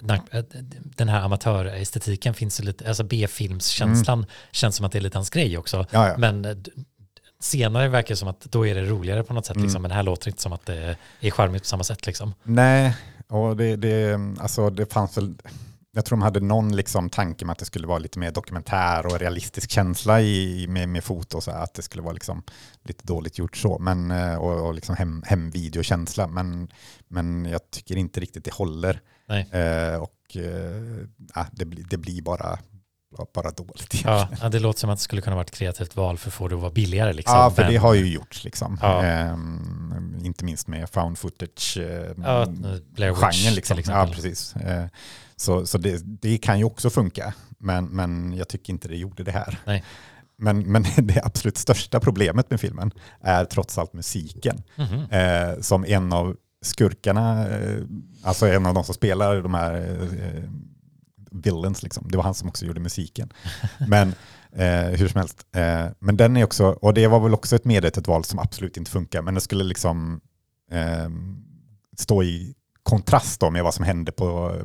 den här amatörestetiken finns ju lite... Alltså B-filmskänslan mm. känns som att det är lite hans grej också. Ja, ja. Men senare verkar det som att då är det roligare på något sätt. Mm. Liksom. Men det här låter inte som att det är charmigt på samma sätt. Liksom. Nej, och det, det, alltså det fanns väl, jag tror de hade någon liksom tanke med att det skulle vara lite mer dokumentär och realistisk känsla i, med, med foto, så här, att det skulle vara liksom lite dåligt gjort så, men, och, och liksom hem, hemvideokänsla, men, men jag tycker inte riktigt det håller. Nej. Eh, och eh, det, det blir bara bara dåligt. Ja, det låter som att det skulle kunna vara ett kreativt val för att få det att vara billigare. Liksom. Ja, för men... det har ju gjorts. Liksom. Ja. Um, inte minst med found footage um, ja, genren. Liksom. Ja, precis. Uh, så så det, det kan ju också funka, men, men jag tycker inte det gjorde det här. Nej. Men, men det absolut största problemet med filmen är trots allt musiken. Mm-hmm. Uh, som en av skurkarna, uh, alltså en av de som spelar de här uh, villains liksom. Det var han som också gjorde musiken. Men eh, hur som helst. Eh, men den är också, och det var väl också ett medvetet val som absolut inte funkar, men det skulle liksom eh, stå i kontrast då med vad som hände på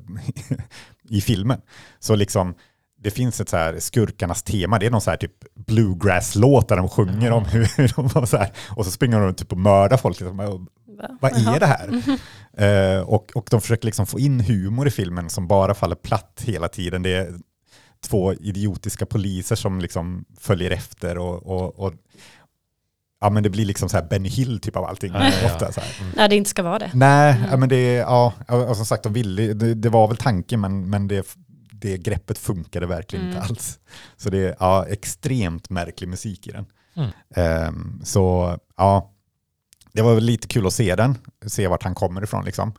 i filmen. Så liksom det finns ett så här skurkarnas tema, det är någon så här typ bluegrass-låt där de sjunger mm. om hur de var så här, och så springer de typ och mördar folk liksom. Vad är det här? Mm-hmm. Uh, och, och de försöker liksom få in humor i filmen som bara faller platt hela tiden. Det är två idiotiska poliser som liksom följer efter och, och, och ja, men det blir liksom så här Benny Hill typ av allting. Nej, ofta, ja. Så här. Mm. Nej, det inte ska vara det. Nej, mm. ja, men det, ja, och som sagt, de ville, det, det var väl tanken, men, men det, det greppet funkade verkligen mm. inte alls. Så det är ja, extremt märklig musik i den. Mm. Um, så ja, det var väl lite kul att se den, se vart han kommer ifrån liksom.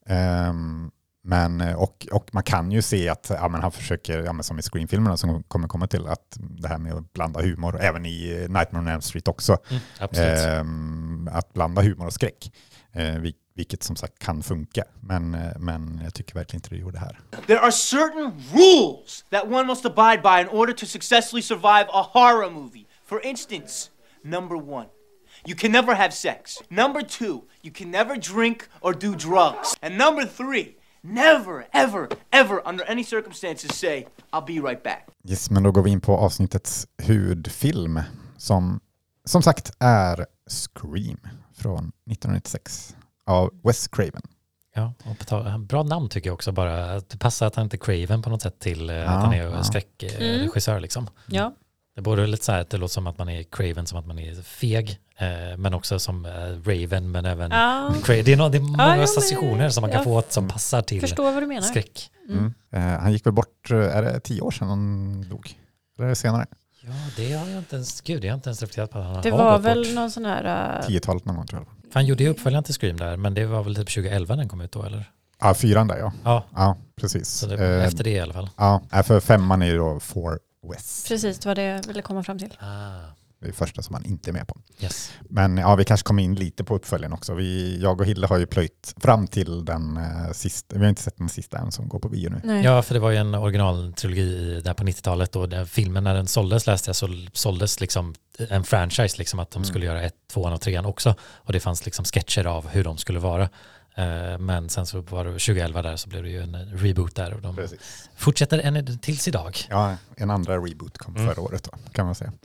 Um, men, och, och man kan ju se att ja, men han försöker, ja, men som i Scream-filmerna som kommer komma till, att det här med att blanda humor, även i Nightmare on Elm Street också, mm, um, att blanda humor och skräck, uh, vilket som sagt kan funka, men, men jag tycker verkligen inte det gjorde det här. There are certain rules that one must abide by in order to successfully survive a horror movie. For instance, number one, you can never have sex. Number two, you can never drink or do drugs. And number three, never, ever, ever under any circumstances say, I'll be right back. Yes, men då går vi in på avsnittets huvudfilm som som sagt är Scream från nittonhundranittiosex av Wes Craven. Ja, och bra namn tycker jag också, bara. Det passar att han inte är Craven på något sätt till ja, att han är ja. skräckregissör mm. liksom. Ja. Det borde lite så här att det låter som att man är Craven, som att man är feg, eh, men också som eh, Raven, men även ja. Craven. Det är, no, det är många ja, associationer men, som man kan ja. få som passar till Förstår vad du menar. skräck. Mm. Mm. Eh, han gick väl bort, är det tio år sedan han dog? Eller är det senare? Ja, det har jag inte ens, gud, jag har inte ens reflekterat på att han det har var gått väl bort. Någon sån här... Uh... tiotalet någon gång tror jag. Han gjorde ju uppföljaren till Scream där, men det var väl typ tjugoelva den kom ut då, eller? Ja, fyran där ja. Ja, ja precis. Så det, eh, efter det i alla fall. Ja, för femman är ju då For West. Precis, det var det jag ville komma fram till. Ah. Det är första som man inte är med på. Yes. Men ja, vi kanske kommer in lite på uppföljaren också. Vi, jag och Hille har ju plöjt fram till den uh, sista, vi har inte sett den sista än som går på bio nu. Nej. Ja, för det var ju en originaltrilogi där på nittiotalet, och den filmen när den såldes, läste jag, så såldes liksom en franchise, liksom att de skulle mm. göra ett, tvåan och trean också. Och det fanns liksom sketcher av hur de skulle vara. Uh, men sen så var det tjugoelva där, så blev det ju en reboot där, och de Precis. fortsätter än tills idag. Ja, en andra reboot kom mm. förra året då, kan man säga.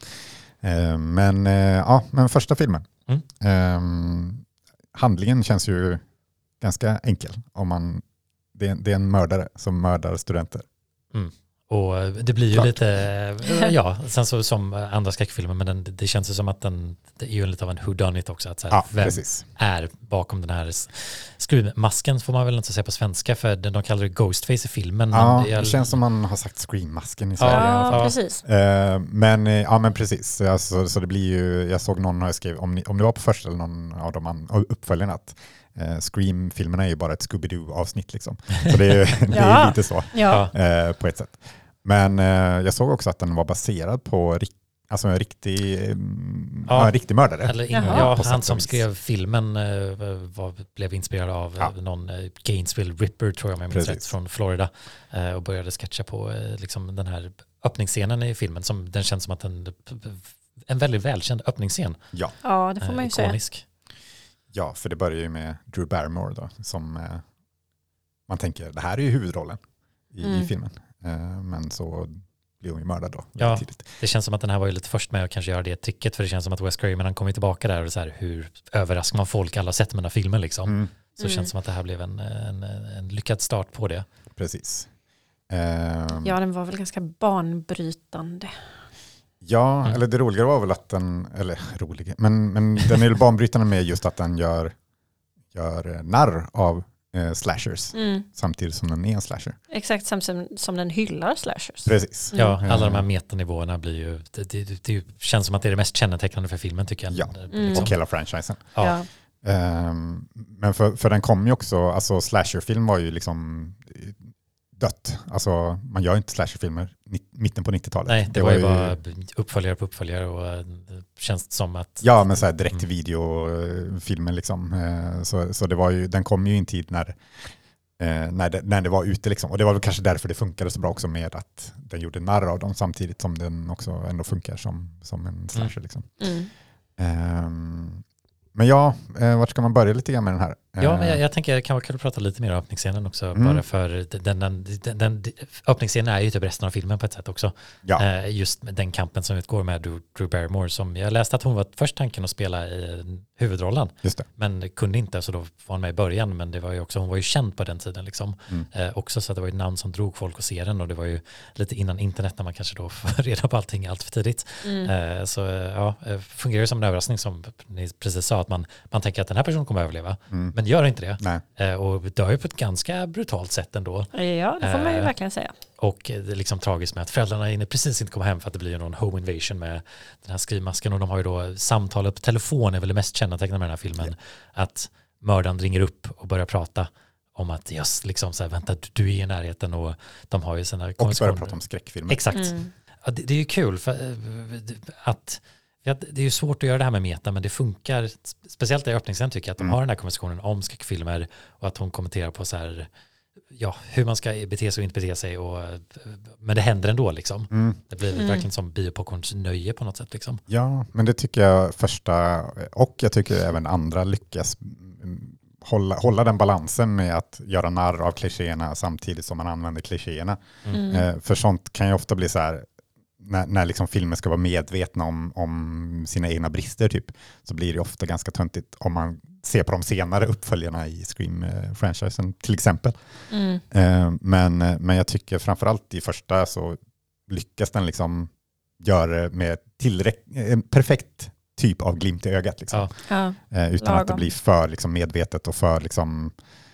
Men, ja, men första filmen. Mm. Um, handlingen känns ju ganska enkel. Om man, det, är, det är en mördare som mördar studenter. Mm. Och det blir ju Klart. lite, ja, sen så som andra skräckfilmer, men den, det känns ju som att den, det är ju lite av en whodunit också. Att så här, Ja, vem precis. är bakom den här Scream-masken får man väl inte säga på svenska, för de kallar det Ghostface i filmen. Ja, men det känns som man har sagt Scream-masken i Sverige. Ja, i alla fall. Ja. precis. Eh, men, eh, ja, men precis. Alltså, så det blir ju, jag såg någon har skrivit, om, ni, om det var på första eller någon av de an- uppföljarna, att eh, Scream-filmerna är ju bara ett Scooby-Doo-avsnitt. Liksom. Så det är, ju- det är Ja. lite så Ja. eh, på ett sätt. Men eh, jag såg också att den var baserad på rik- alltså en riktig, mm, Ja. ja, en riktig mördare. Eller in, Jaha. ja, På sätt han och som vis. skrev filmen eh, var, blev inspirerad av Ja. eh, någon eh, Gainesville Ripper, tror jag om jag minns Precis. rätt, från Florida, eh, och började sketcha på eh, liksom den här öppningsscenen i filmen. Som, den känns som att en, en väldigt välkänd öppningsscen. Ja. ja, det får man ju eh, säga. ikonisk. ja, för det börjar ju med Drew Barrymore då, som eh, man tänker, det här är ju huvudrollen i, Mm. i filmen. Eh, men så blir hon ju mördad då. Ja. väldigt tidigt. Det känns som att den här var ju lite först med att kanske göra det tricket, för det känns som att Wes Craven, han kommer tillbaka där och så här, hur överraskar man folk alla sett med den här filmen liksom. Mm, Så Mm. känns det som att det här blev en, en, en lyckad start på det. precis. Ehm, Ja, den var väl ganska banbrytande. Ja, Mm. eller det roliga var väl att den, eller roliga, men, men den är ju banbrytande med just att den gör, gör narr av eh, slashers Mm. samtidigt som den är en slasher. Exakt som, som, som den hyllar slashers. Precis. Mm. Ja, alla de här Eh, metanivåerna blir ju, det, det, det känns som att det är det mest kännetecknande för filmen tycker jag. Ja. Mm. Och hela franchisen. Ja. Ja. Ehm, men för, för den kom ju också, alltså slasherfilm var ju liksom dött. Alltså man gör ju inte slasherfilmer i mitten på nittiotalet. Nej, det, var ju bara uppföljare på uppföljare och eh, det känns som att... Ja, men så här direkt till videofilmer liksom. Eh, Så, så det var ju, den kom ju i en tid när, eh, när, det, när det var ute liksom. Och det var väl kanske därför det funkade så bra också med att den gjorde narr av dem samtidigt som den också ändå funkar som, som en slasher liksom. Mm. Ehm, men ja, eh, vart ska man börja lite grann med den här? Ja, men jag, Eh, jag tänker det kan vara kul att prata lite mer om öppningsscenen också. Mm. Bara för den, den, den, den, öppningsscenen är ju typ resten av filmen på ett sätt också. ja, Eh, just med den kampen som utgår med Drew, Drew Barrymore. Som jag läste att hon var först tanken att spela i huvudrollen. just det. Men kunde inte, så då var hon med i början. Men det var ju också, hon var ju känd på den tiden liksom. Mm. Eh, också så att det var ett namn som drog folk att se den. Och det var ju lite innan internet när man kanske då får reda på allting allt för tidigt. Mm. Eh, så eh, ja, eh, fungerar det som en överraskning som ni precis sa. Att man, man tänker att den här personen kommer att överleva. Mm. Men gör inte det. Nej. Eh, och dör ju på ett ganska brutalt sätt ändå. Ja, det får man ju Eh, verkligen säga. Och eh, det är liksom tragiskt med att föräldrarna hinner precis inte komma hem för att det blir ju någon home invasion med den här skrivmasken. Och de har ju då samtalet på telefon är väl det mest kännetecknande med den här filmen. Att mördaren ringer upp och börjar prata om att just liksom så här, vänta, du, du är i närheten, och de har ju sina Och börja konversationer. prata om skräckfilmer. Exakt. Mm. Ja, det, det är ju kul för eh, att ja, det är ju svårt att göra det här med meta, men det funkar, speciellt i öppningsscenen tycker jag, att de Mm. har den här konversationen om skräckfilmer och att hon kommenterar på så här, ja, hur man ska bete sig och inte bete sig, och, men det händer ändå liksom. Mm. Det blir Mm. verkligen som biopopcorns nöje på något sätt liksom. Ja, men det tycker jag första, och jag tycker även andra lyckas mm, hålla, hålla den balansen med att göra narr av klichéerna samtidigt som man använder klichéerna. Mm. Eh, för sånt kan ju ofta bli så här, när, när liksom filmer ska vara medvetna om, om sina egna brister typ, så blir det ofta ganska töntigt om man ser på de senare uppföljarna i Scream-franchisen till exempel. Mm. Eh, men, men jag tycker framförallt i första så lyckas den liksom göra det med tillräck- en perfekt typ av glimt i ögat. Liksom. Ja. Ja. Eh, utan Lagom. att det blir för liksom, medvetet och för liksom,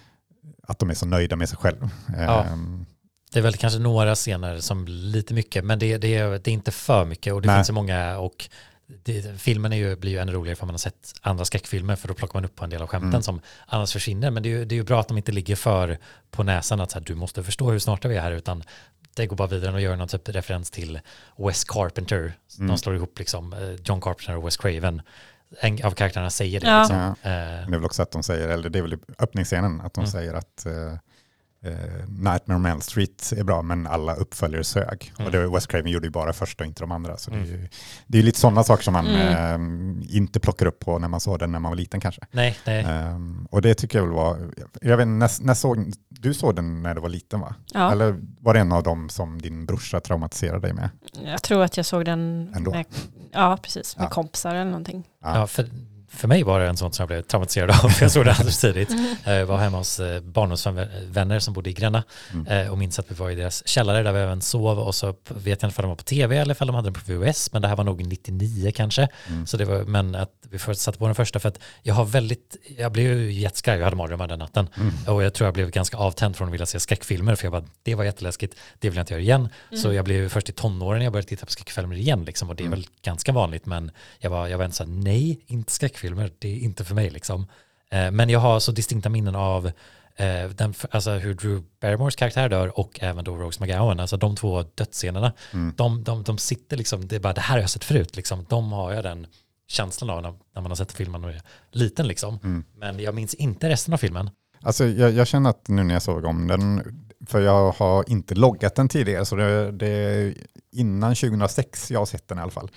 att de är så nöjda med sig själva. Eh, Ja. Det är väl kanske några scener som lite mycket, men det, det, är, det är inte för mycket, och det Nej. finns så många, och det, filmen är ju, blir ju ännu roligare för man har sett andra skräckfilmer, för då plockar man upp på en del av skämten Mm. som annars försvinner, men det är, ju, det är ju bra att de inte ligger för på näsan att så här, du måste förstå hur snart vi är här, utan det går bara vidare och gör någon typ referens till Wes Carpenter. Mm. De slår ihop liksom eh, John Carpenter och Wes Craven. En av karaktärerna säger det. Ja. Liksom. Ja. Eh, Det är väl också att de säger, eller det är väl i öppningsscenen, att de Mm. säger att eh, eh, Nightmare on Elm Street är bra, men alla uppföljare sög. Mm. Och det, Wes Craven gjorde ju bara första och inte de andra. Så Mm. det är ju det är ju lite sådana saker som man Mm. eh, inte plockar upp på när man såg den när man var liten kanske. nej, nej. Um, och det tycker jag väl var, jag vet, när, när såg, du såg den när du var liten va? Ja. Eller var det en av dem som din brorsa traumatiserade dig med? Jag tror att jag såg den Ändå. med, ja, precis, med Ja. kompisar eller någonting. Ja. Ja, för för mig var det en sån som jag blev traumatiserad av, för jag såg det alldeles tidigt. Jag var hemma hos barndomsvänner som bodde i Gränna mm. och minns att vi var i deras källare där vi även sov, och så vet jag inte om de var på tv eller om de hade den på V H S, men det här var nog nittionio kanske. Mm. Så det var, men att vi först satte på den första för att jag har väldigt, jag blev ju jätteskraj, jag hade mardrömmar den natten mm. och jag tror jag blev ganska avtänd från att vilja se skräckfilmer, för jag bara, det var jätteläskigt, det vill jag inte göra igen. Mm. Så jag blev först i tonåren jag började titta på skräckfilmer igen liksom, och det är mm. väl ganska vanligt, men jag var, jag var inte så här, nej, inte skräckfilmer, det är inte för mig liksom. Eh, men jag har så distinkta minnen av eh, den, alltså hur Drew Barrymores karaktär dör och även då Rose McGowan, alltså de två dödsscenerna, mm. de, de, de sitter liksom, det är bara, det här har jag sett förut liksom, de har jag den känslan av när, när man har sett filmen och är liten liksom. Mm. Men jag minns inte resten av filmen. Alltså jag, jag känner att nu när jag såg om den, för jag har inte loggat den tidigare, så det, det är innan tjugohundrasex jag har sett den i alla fall.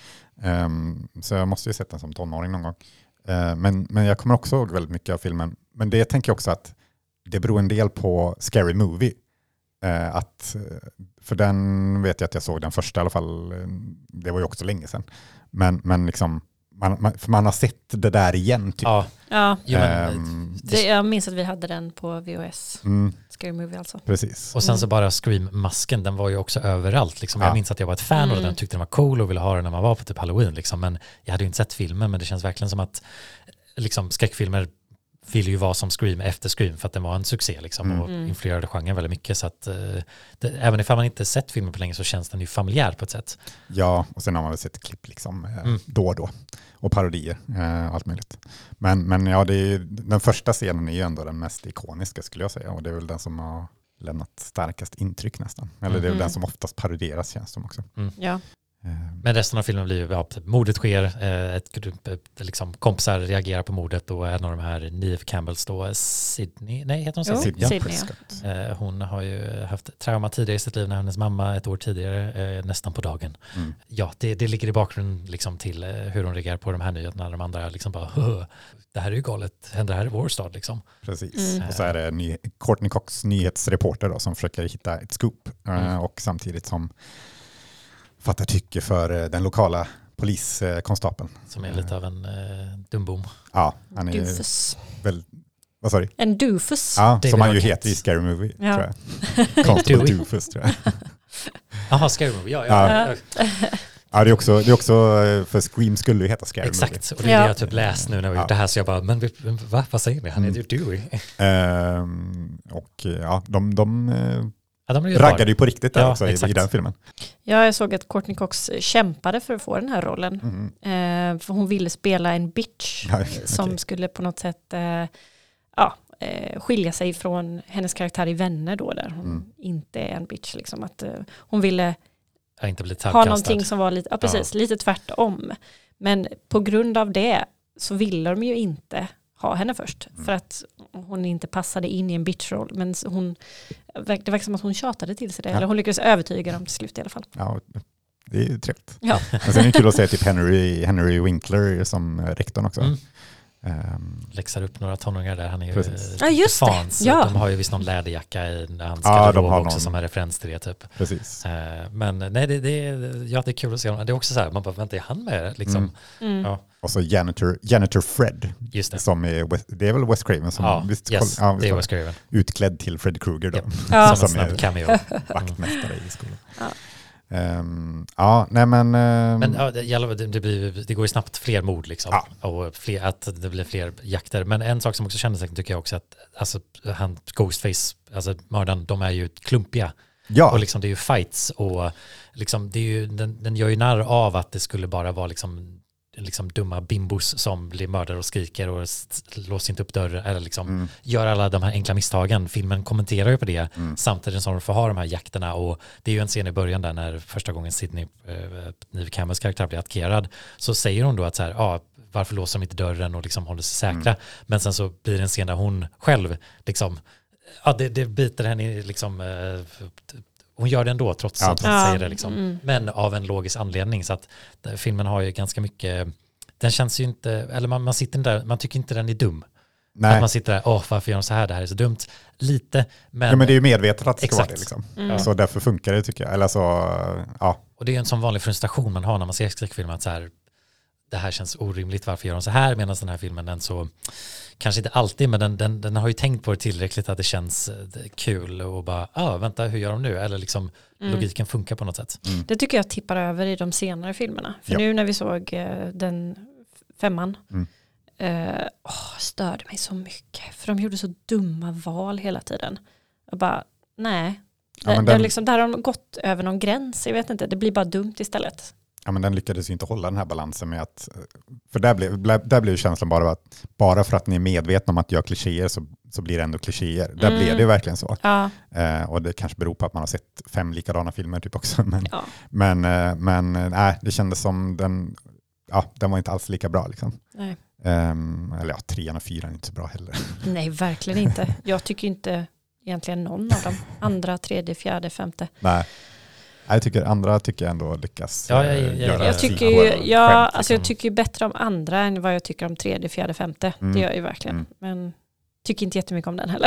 Um, så jag måste ju sett den som tonåring någon gång. Uh, men, men jag kommer också ihåg väldigt mycket av filmen. Men det tänker jag också att det beror en del på Scary Movie. Uh, att, för den vet jag att jag såg den första i alla fall. Det var ju också länge sedan. Men, men liksom... Man, man, för man har sett det där igen typ. Ja, ja. Um, det, jag minns att vi hade den på V H S. Mm. Scary Movie alltså. Precis. Och sen så bara Scream-masken, den var ju också överallt. Liksom. Ja. Jag minns att jag var ett fan mm. och den tyckte den var cool och ville ha den när man var på typ Halloween. Liksom. Men jag hade ju inte sett filmen, men det känns verkligen som att liksom, skräckfilmer ville ju vara som Scream efter Scream för att den var en succé liksom, mm. och influerade genren väldigt mycket. Så att, det, även ifall man inte sett filmen på länge så känns den ju familjär på ett sätt. Ja, och sen har man väl sett klipp liksom, mm. då och då. Och parodier, eh, allt möjligt. Men, men ja, det är, den första scenen är ju ändå den mest ikoniska skulle jag säga. Och det är väl den som har lämnat starkast intryck nästan. Eller mm. det är väl den som oftast parodieras känns som också. Mm. Ja. Men resten av filmen blir ju, ja, mordet sker, ett grupp liksom, kompisar reagerar på mordet och en av de här Neve Campbells då, Sydney, nej heter hon så? Jo, Sydney, Sydney ja. Hon har ju haft trauma tidigare i sitt liv när hennes mamma ett år tidigare, nästan på dagen. Mm. Ja, det, det ligger i bakgrunden liksom, till hur hon reagerar på de här nyheterna. De andra liksom bara, Hö, det här är ju galet, händer det här i vår stad liksom. Precis, mm. och så är det ny, Courtney Cox, nyhetsreporter då, som försöker hitta ett scoop mm. och samtidigt som fattar tycke för den lokala poliskonstapeln. Som är lite av en eh, dumbom. Ja, han är Dufus. Väl, vad sa du? En dufus. Ja, som han ju heter i Scary Movie, ja. tror jag. Constable Dufus, tror jag. Jaha, Scary Movie, ja. ja. ja. Ja, det är också, det är också för Scream skulle ju heta Scary Exakt. Movie. Exakt, och det är det jag typ läst nu när vi ja. gjort det här, så jag bara, men va, vad säger ni? Han heter ju Dewey. Um, och ja, de... de Ja, de raggade ju på riktigt där ja, också i, i den filmen. Ja, jag såg att Courtney Cox kämpade för att få den här rollen. Mm. Eh, för hon ville spela en bitch ja, okay. som skulle på något sätt eh, ja, eh, skilja sig från hennes karaktär i Vänner då, där hon mm. inte är en bitch. Liksom, att, eh, hon ville ja, inte bli ha någonting som var lite, ja, precis, ja. lite tvärtom. Men på grund av det så ville de ju inte ha henne först. Mm. För att hon inte passade in i en bitchroll. Men hon, det verkar som att hon tjatade till sig det. Ja. Eller hon lyckades övertyga dem till slut i alla fall. Ja, det är ju trevligt. Ja. Men sen är det kul att se typ Henry, Henry Winkler som rektorn också. Mm. Um, Läxar upp några tonåringar där. Han är ju precis. Ja, just fans. det. Ja. De har ju visst någon läderjacka i hans ja, garderob de har också någon. Som är referens till det typ. Precis. Uh, men nej, det, det, ja, det är kul att se honom. Det är också så här, man bara, vänta, är han med? Liksom. Mm. Mm. Ja. Och så Janitor, Janitor Fred. Just det. Som är, West, det är väl Wes Craven som ja, visst, yes, ja, det är Wes Craven. Utklädd till Fred Krueger då. Yep. Ja. Som, som en snabb cameo. Vaktmästare i skolan. Ja. Um, ja, nej men... Um, men ja, det, det, blir, det går ju snabbt fler mord liksom. Ja. Och fler, att det blir fler jakter. Men en sak som också kändes tycker jag också att alltså, han, Ghostface, alltså mördaren, de är ju klumpiga. Ja. Och liksom det är ju fights och liksom det är ju, den, den gör ju narr av att det skulle bara vara liksom liksom dumma bimbos som blir mördare och skriker och låser inte upp dörren eller liksom mm. gör alla de här enkla misstagen. Filmen kommenterar ju på det mm. samtidigt som de får ha de här jakterna, och det är ju en scen i början där när första gången Sydney äh, Neve Campbells karaktär blir attackerad, så säger hon då att så här, ja, varför låser de inte dörren och liksom håller sig säkra, mm. men sen så blir det en scen där hon själv liksom, ja, det, det biter henne liksom äh, hon gör det ändå trots ja. att hon ja. säger det liksom. Mm. Men av en logisk anledning, så att filmen har ju ganska mycket, den känns ju inte, eller man, man sitter där, man tycker inte den är dum. Nej. Att man sitter där, åh varför gör de så här, det här är så dumt. Lite, men... Ja, men det är ju medvetet att det ska exakt. vara det liksom. Mm. Så därför funkar det tycker jag. Eller så, ja. Och det är en sån vanlig frustration man har när man ser skräckfilmer, att så här, det här känns orimligt, varför gör de så här, medan den här filmen den så, kanske inte alltid, men den, den, den har ju tänkt på det tillräckligt att det känns kul och bara, ja ah, vänta, hur gör de nu? Eller liksom mm. logiken funkar på något sätt. Mm. Det tycker jag tippar över i de senare filmerna. För ja. nu när vi såg uh, den femman mm. uh, oh, störde mig så mycket. För de gjorde så dumma val hela tiden. Jag bara, nej. Ja, den... det, liksom, där har de gått över någon gräns, jag vet inte, det blir bara dumt istället. Ja, men den lyckades ju inte hålla den här balansen med att, för där blev, där blev känslan bara att bara för att ni är medvetna om att göra klichéer så, så blir det ändå klichéer. Där mm. blev det ju verkligen så. Ja. Eh, och det kanske beror på att man har sett fem likadana filmer typ också. Men, ja. men, eh, men nej, det kändes som den, ja, den var inte alls lika bra liksom. Nej. Um, eller ja, trean och fyran är inte så bra heller. Nej, verkligen inte. Jag tycker inte egentligen någon av dem. Andra, tredje, fjärde, femte. Nej. Jag tycker andra tycker jag ändå lyckas ja, jag, jag, göra jag tycker ju, ja, skämt, alltså liksom. Jag tycker ju bättre om andra än vad jag tycker om tredje, fjärde, femte. Mm. Det gör jag ju verkligen. Mm. Men tycker inte jättemycket om den heller.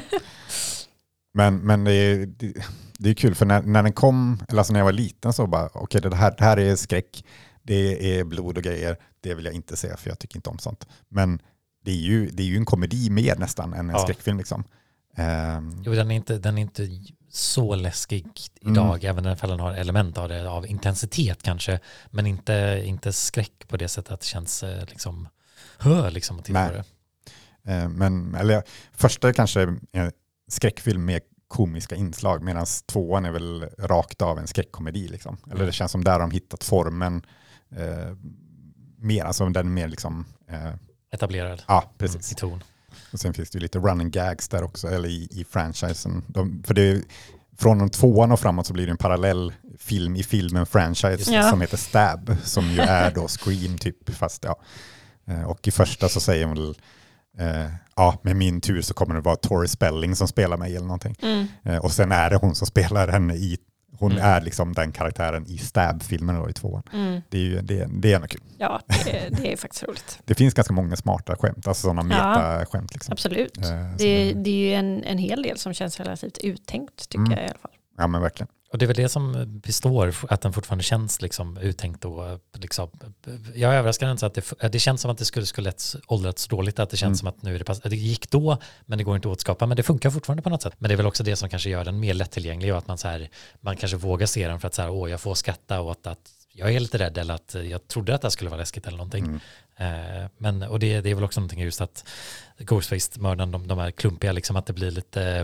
men men det, är, det, det är kul för när, när den kom, eller alltså när jag var liten så bara okej okay, det, här, det här är skräck, det är blod och grejer, det vill jag inte se för jag tycker inte om sånt. Men det är ju, det är ju en komedi mer nästan än en ja. skräckfilm liksom. Um, jo, den är inte, den är inte så läskig idag, mm. även när den har element av det, av intensitet kanske, men inte, inte skräck på det sättet att det känns liksom hö liksom att titta på det. Uh, men, eller första kanske en skräckfilm med komiska inslag, medan tvåan är väl rakt av en skräckkomedi liksom. Eller mm. det känns som där de hittat formen uh, mer, alltså den är mer liksom uh, etablerad. Ja, precis. Mm, i ton. Och sen finns det ju lite running gags där också, eller i, i franchisen. De, för det är, från de tvåan och framåt så blir det en parallell film i filmen franchise ja. som heter Stab, som ju är då Scream typ, fast ja. Och i första så säger hon väl, eh, ja, med min tur så kommer det vara Tori Spelling som spelar mig eller någonting. Mm. Eh, och sen är det hon som spelar henne i, hon mm. är liksom den karaktären i Stab-filmen då i tvåan. Mm. Det är ju det, det är nog kul. Ja, det, det är faktiskt roligt. Det finns ganska många smarta skämt, alltså sådana meta-skämt. Liksom. Absolut. Eh, det, det är ju en, en hel del som känns relativt uttänkt tycker mm. jag i alla fall. Ja, men verkligen. Och det är väl det som består, att den fortfarande känns liksom uttänkt och liksom, jag är överraskad inte så att det, det känns som att det skulle, skulle åldrats dåligt, att det känns mm. som att nu är det pass, det gick då, men det går inte att återskapa, men det funkar fortfarande på något sätt. Men det är väl också det som kanske gör den mer lättillgänglig och att man så här, man kanske vågar se den för att så här, åh, jag får skatta åt att jag är lite rädd eller att jag trodde att det skulle vara läskigt eller någonting. Mm. Eh, men, och det, det är väl också någonting just att Ghostface-mördaren, de, de är klumpiga, liksom att det blir lite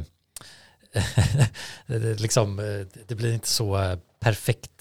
det, liksom, det blir inte så perfekt.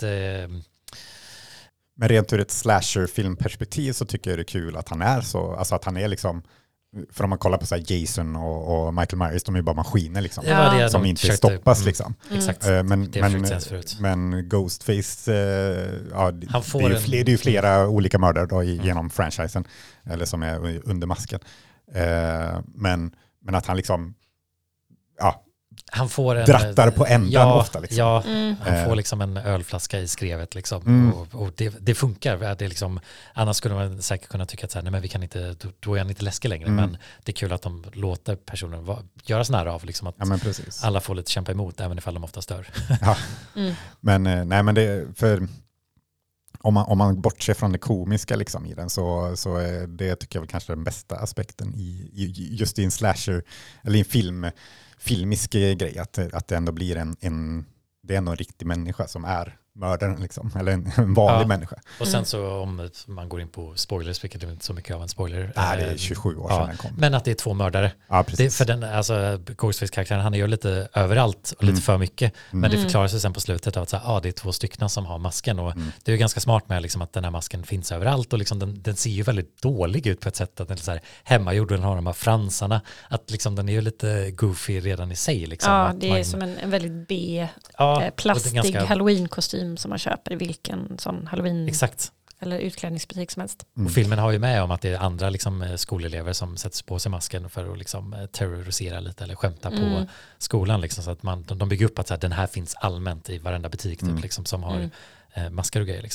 Men rent ur ett slasher-filmperspektiv så tycker jag det är kul att han är så, alltså att han är liksom, för om man kollar på så här Jason och, och Michael Myers, de är ju bara maskiner liksom, ja. det som inte försökte, stoppas mm, liksom. Exakt. Mm. Men, det men, men Ghostface, ja, han får det, är ju fler, det är ju flera olika mördare då i, mm. genom franchisen, eller som är under masken. Men, men att han liksom, ja, han får en, drattar på ändan ja, ofta. Liksom. Ja, mm. han får liksom en ölflaska i skrevet. Liksom. Mm. Och, och det, det funkar. Det är liksom, annars skulle man säkert kunna tycka att så här, nej, men vi kan inte, då, då är han inte läskig längre. Mm. Men det är kul att de låter personen va, göra sån här av. Liksom, att ja, alla får lite kämpa emot, även ifall de ofta stör. Ja. Mm. Men, nej, men det för om man, om man bortser från det komiska liksom i den så, så är det tycker jag väl kanske den bästa aspekten i, i just i en slasher eller i en film filmisk grej, att, att det ändå blir en, en, det är ändå en riktig människa som är mördaren, liksom, eller en, en vanlig ja. människa. Och sen så om man går in på spoilers, vilket är inte så mycket av en spoiler. Nej, det är tjugosju år sedan ja, den kom. Men att det är två mördare. Ja, precis. Det, för den, alltså, Ghostface-karaktären, han är ju lite överallt och lite mm. för mycket. Men mm. det förklarar sig sen på slutet av att så här, ah, det är två stycken som har masken. Och mm. det är ju ganska smart med liksom, att den här masken finns överallt. Och liksom, den, den ser ju väldigt dålig ut på ett sätt. Att den är så här, hemmagjord, den har de här fransarna. Att liksom, den är ju lite goofy redan i sig. Liksom, ja, att det är man, som en, en väldigt B, ja, eh, plastig ganska, halloween-kostym som man köper i vilken sån halloween exakt. eller utklädningsbutik som helst. Mm. Och filmen har ju med om att det är andra liksom, skolelever som sätter på sig masken för att liksom, terrorisera lite eller skämta mm. på skolan. Liksom, så att man, de, de bygger upp att så här, den här finns allmänt i varenda butik typ, mm. liksom, som har mm. eh, masker och grejer. Liksom.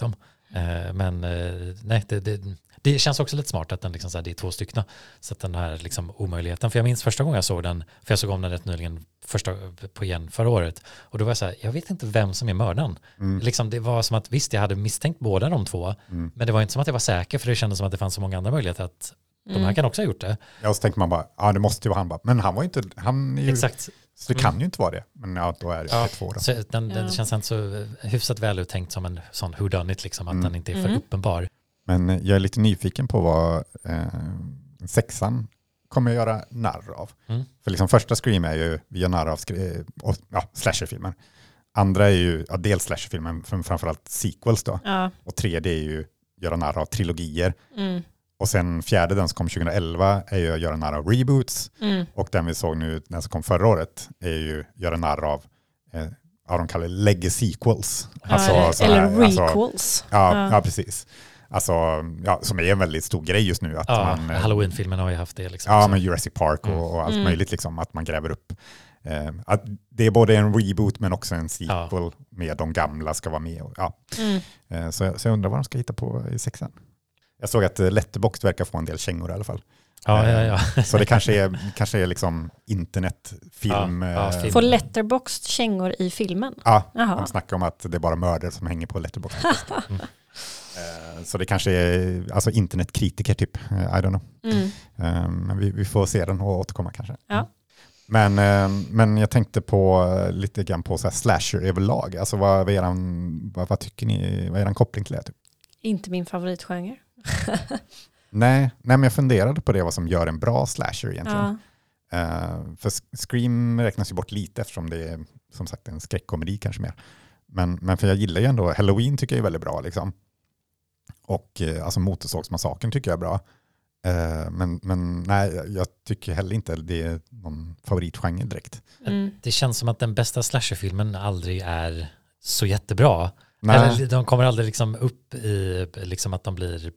Eh, men eh, nej, det, det, det känns också lite smart att den liksom så här, det är två stycken. Så att den här liksom omöjligheten. För jag minns första gången jag såg den, för jag såg om den rätt nyligen första, på igen förra året. Och då var jag så här, jag vet inte vem som är mördaren. Mm. Liksom, det var som att visst, jag hade misstänkt båda de två. Mm. Men det var inte som att jag var säker, för det kändes som att det fanns så många andra möjligheter att Mm. de här kan också ha gjort det. Ja, och så tänker man bara, ja det måste ju vara han bara. Men han var ju inte, han är ju, Exakt. så det kan ju inte vara det. Men ja, då är det Ja, två då. så den, den Ja. känns inte så hyfsat väl uttänkt som en sån whodunit, liksom, att Mm. den inte är för Mm. uppenbar. Men jag är lite nyfiken på vad eh, sexan kommer jag göra narr av. Mm. För liksom första Scream är ju, vi gör narr av skri- och, ja, slasherfilmer. Andra är ju, ja, dels slasherfilmen, men framförallt sequels då. Ja. Och tredje är ju göra narr av trilogier. Mm. Och sen fjärde, den som kom tjugoelva, är ju att göra narr av reboots. Mm. Och den vi såg nu, den som kom förra året, är ju göra narr av, eh, ja, de kallar det legacy sequels. Alltså, ja, så eller här, alltså, requels. ja, Ja. ja, precis. Alltså, ja, som är en väldigt stor grej just nu. Att Ja, man, eh, Halloween-filmen har ju haft det. Liksom, ja, också. men Jurassic Park och, Mm. och allt Mm. möjligt, liksom, att man gräver upp. Eh, att det är både en reboot men också en sequel Ja. med de gamla ska vara med. Och, ja. Mm. eh, så, så jag undrar vad de ska hitta på i sexan. Jag såg att eh, Letterboxd verkar få en del kängor i alla fall. Ja, ja, ja. Så det kanske är, kanske är liksom internetfilm. Ja, ja, eh, film. Får Letterboxd kängor i filmen? Ja, Jaha. de snackar om att det är bara mördare som hänger på Letterboxd. Mm. Eh, Så det kanske är alltså internetkritiker typ, Eh, I don't know. Mm. Eh, Men vi, vi får se den och återkomma kanske. Ja. Men, eh, men jag tänkte på eh, lite grann på så här slasher överlag. Alltså vad, vad, är eran, vad, vad tycker ni, vad är eran koppling till det? Typ? Inte min favoritgenre. Nej, nej, men jag funderade på det, vad som gör en bra slasher egentligen. Ja. Eh, för Scream räknas ju bort lite eftersom det är som sagt en skräckkomedi kanske mer. Men, men för jag gillar ju ändå, Halloween tycker jag är väldigt bra liksom. Och eh, alltså Motorsågsmassakern tycker jag är bra. Eh, men, men nej, jag tycker heller inte det är någon favoritgenre direkt. Mm. Det känns som att den bästa slasherfilmen aldrig är så jättebra. Nej. Eller de kommer aldrig liksom upp i liksom att de blir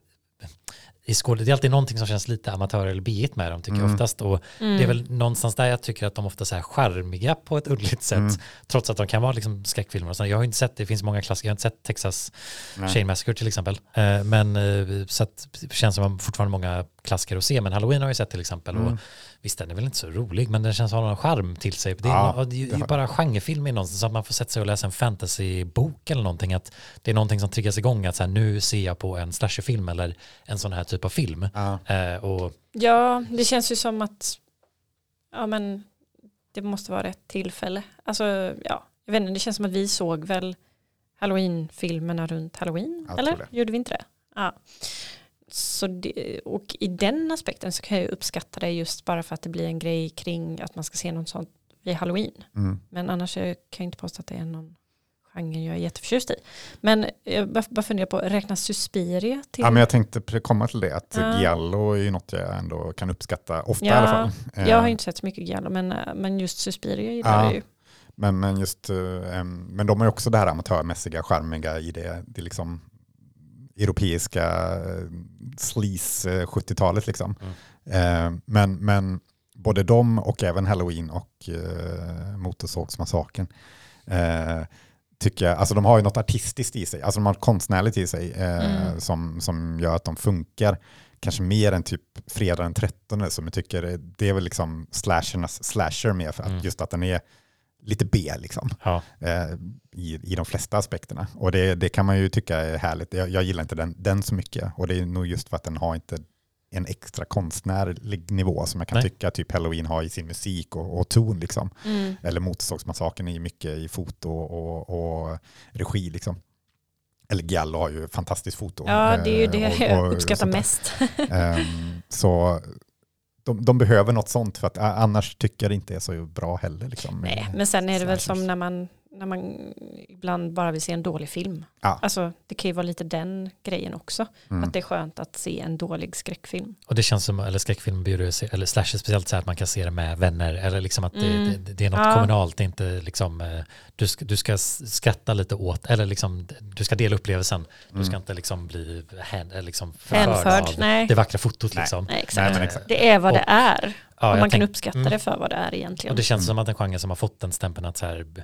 i skål. Det är alltid någonting som känns lite amatör eller biigt med dem, tycker Mm. jag oftast. Och Mm. det är väl någonstans där jag tycker att de ofta är charmiga på ett underligt sätt. Mm. Trots att de kan vara liksom skräckfilmer. Och så. Jag har inte sett, det finns många klassiker. Jag har inte sett Texas Nej. Chain Massacre till exempel. Eh, Men eh, så att det känns som att man fortfarande många klassiker att se. Men Halloween har jag sett till exempel. Mm. Och visst, den är väl inte så rolig, men den känns ha någon charm till sig. Det är, Ja, no- det är ju det har- bara genrefilm i någonstans, så att man får sätta sig och läsa en fantasybok eller någonting. Att det är någonting som triggas igång, att så här, nu ser jag på en slasherfilm eller en sån här typ av film. Ja. Eh, och Ja, det känns ju som att ja, men det måste vara rätt tillfälle. Alltså, ja, jag vet inte, det känns som att vi såg väl Halloween-filmerna runt Halloween, Jag eller? tror det. Gjorde vi inte det? Ja. Så det, och i den aspekten så kan jag uppskatta det just bara för att det blir en grej kring att man ska se något sånt vid Halloween. Mm. Men annars kan jag inte påstå att det är någon genre jag är jätteförtjust i. Men jag bara, bara funderar på, räknas Suspiria till? Ja, men jag tänkte pre- komma till det, att Ja. Giallo är ju något jag ändå kan uppskatta ofta Ja, i alla fall. Jag har Eh, ju inte sett så mycket Giallo, men, men just Suspiria gillar Ja. jag ju. Men, men just, eh, em, men de är också det här amatörmässiga, charmiga i det, det liksom europeiska eh, sleaze eh, sjuttiotalet liksom. Eh, men, men både de och även Halloween och eh, Motorsågsmassakern eh, tycker jag, alltså de har ju något artistiskt i sig, alltså de har konstnärligt i sig eh, Mm. som, som gör att de funkar kanske mer än typ fredag den trettonde, som jag tycker det är väl liksom slashernas slasher mer, för att Mm. just att den är lite B liksom, ja, eh, i, i de flesta aspekterna. Och det, det kan man ju tycka är härligt. Jag, jag gillar inte den, den så mycket, och det är nog just för att den har inte en extra konstnärlig nivå som jag kan Nej. tycka typ Halloween har i sin musik och, och ton liksom. Mm. Eller Motorsågsmassakern är ju mycket i foto och, och regi liksom. Eller Giallo har ju fantastiskt foto. Ja, det är ju eh, det och- jag och uppskattar sånt där. mest. Ehm, så de, de behöver något sånt, för att a- annars tycker jag det inte är så bra heller. Liksom, med Nej, men sen är det väl slashers. som när man, när man ibland bara vill se en dålig film. Ja. Alltså, det kan ju vara lite den grejen också. Mm. Att det är skönt att se en dålig skräckfilm. och det känns som, eller skräckfilm blir det, se- eller slasher speciellt så här att man kan se det med vänner, eller liksom att det, Mm. det, det är något Ja. kommunalt, det är inte liksom, eh, du ska, du ska s- skratta lite åt, eller liksom, du ska dela upplevelsen, du ska Mm. inte liksom bli hän, eller liksom Hänförd, förförd av nej. det vackra fotot Nej. liksom. Nej, exakt. Nej, men exakt. Det är vad Och- det är. Ja, och jag man kan tänk- uppskatta mm. det för vad det är egentligen. Och det känns som att en genre som har fått den stämpeln att så här,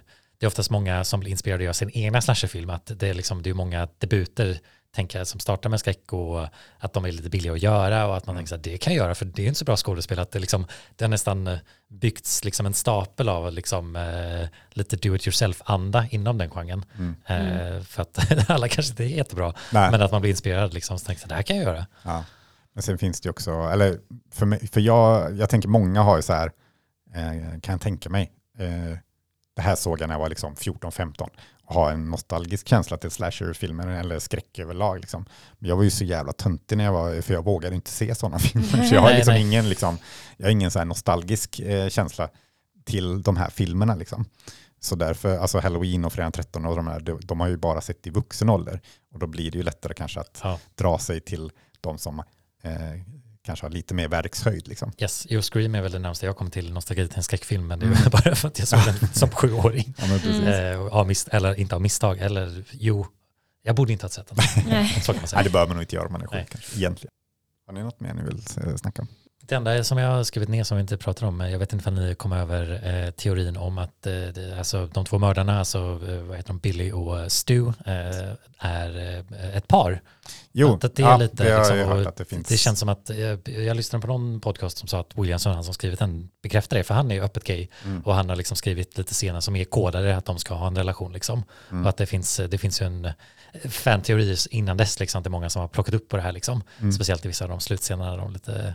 det är oftast många som blir inspirerade av sin egna slasherfilm, att det är liksom, det är många debuter tänker jag, som startar med skräck och att de är lite billiga att göra och att man mm. tänker att det kan jag göra för det är inte så bra skådespel, att det, liksom, det har nästan byggts liksom en stapel av liksom, eh, lite do-it-yourself-anda inom den genren. Mm. Eh, för att alla kanske inte är jättebra, Nej. men att man blir inspirerad liksom, så tänker jag, det här kan jag göra. Ja. Men sen finns det också, eller för, mig, för jag, jag tänker många har ju så här, eh, kan jag tänka mig, eh, det här såg jag när jag var liksom fjorton femton och har en nostalgisk känsla till slasherfilmer eller skräck överlag. Liksom. Men jag var ju så jävla töntig när jag var, för jag vågade inte se sådana filmer. Så jag har liksom ingen, liksom, jag har ingen så här nostalgisk eh, känsla till de här filmerna. Liksom. Så därför, alltså Halloween och Fredag tretton och de här, de, de har ju bara sett i vuxen ålder. Och då blir det ju lättare kanske att ja. dra sig till de som eh, kanske har lite mer verkshöjd. Liksom. Yes, jo, Scream är väl det närmaste jag kommer till nostalgi till en skräckfilm, men det är mm. bara för att jag såg den som sjuåring. Ja, mm. eh, mis- eller inte av misstag, eller jo, jag borde inte ha sett den. Så kan man säga. Nej, det bör man nog inte göra om man är sjuk, kanske, egentligen. Har ni något mer ni vill snacka om? Det enda som jag har skrivit ner som vi inte pratar om, jag vet inte om ni kommer över eh, teorin om att eh, det, alltså, de två mördarna, alltså, eh, vad heter de, Billy och Stu, eh, är eh, ett par. Jo, att det, är ja, lite, det, liksom, hört att det, finns. Det känns som att, jag, jag lyssnade på någon podcast som sa att Williamson, han som skrivit den, bekräftar det, för han är ju öppet gay mm. och han har liksom skrivit lite scener som är kodade att de ska ha en relation. Liksom. Mm. Och att det finns, det finns ju en fan-teori innan dess, liksom, att det är många som har plockat upp på det här. Liksom. Mm. Speciellt i vissa av de slutscenerna, de lite...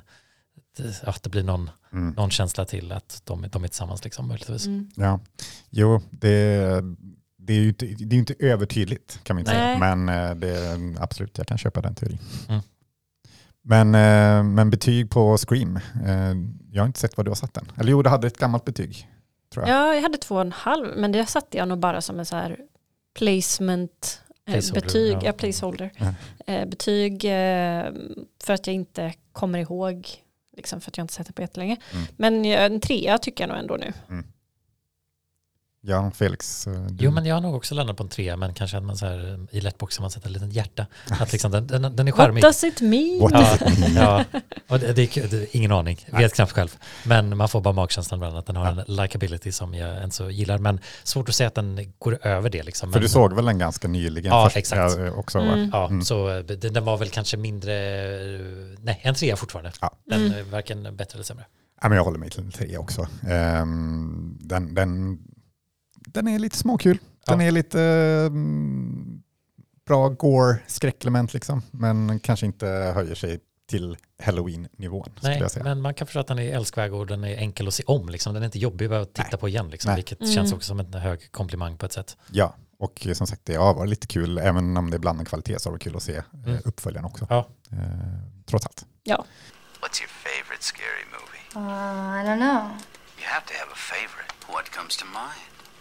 att det blir någon, mm. någon känsla till att de, de är tillsammans liksom, möjligtvis. Mm. Ja, jo, det, det är ju inte, det är inte övertydligt kan man inte säga, men det är, absolut, jag kan köpa den teorin. Mm. Men, men betyg på Scream, jag har inte sett vad du har satt den. Eller jo, du hade ett gammalt betyg, tror jag. Ja, jag hade två och en halv, men det satte jag nog bara som en så här placement Placeholder, betyg, ja. Ja, placeholder. Mm. Betyg för att jag inte kommer ihåg, liksom, för att jag inte sett det på jättelänge. Mm. Men en trea tycker jag nog ändå nu. Mm. Ja, Felix. Du... Jo, men jag har nog också landat på en trea, men kanske att man så här, i lättboxen man sätter en liten hjärta. Att liksom, den, den, den är charmig. What does it mean? What ja, does it mean? Ja, och det, det, är, det är ingen aning. Jag vet knappt själv. Men man får bara magkänslan bland att den har ja. en likability som jag inte så gillar. Men svårt att säga att den går över det. Liksom. För men, du såg väl den ganska nyligen? Ja, först, exakt. Också, mm. Ja, mm. så den, den var väl kanske mindre, nej, en trea fortfarande. Ja. Den mm. är varken bättre eller sämre. Ja, men jag håller mig till en trea också. Um, den... den Den är lite småkul. Den ja. är lite um, bra gore skräckelement liksom, men kanske inte höjer sig till Halloween-nivån. Nej, jag säga. Men man kan förstå att den är älskvärd och den är enkel att se om. Liksom. Den är inte jobbig att titta Nej. på igen, liksom, vilket mm. känns också som en hög komplimang på ett sätt. Ja, och som sagt det har varit lite kul, även om det ibland är kvalitet så var det kul att se mm. eh, uppföljaren också. Ja. Eh, trots allt. Ja. What's your favorite scary movie? Uh, I don't know. You have to have a favorite. What comes to mind?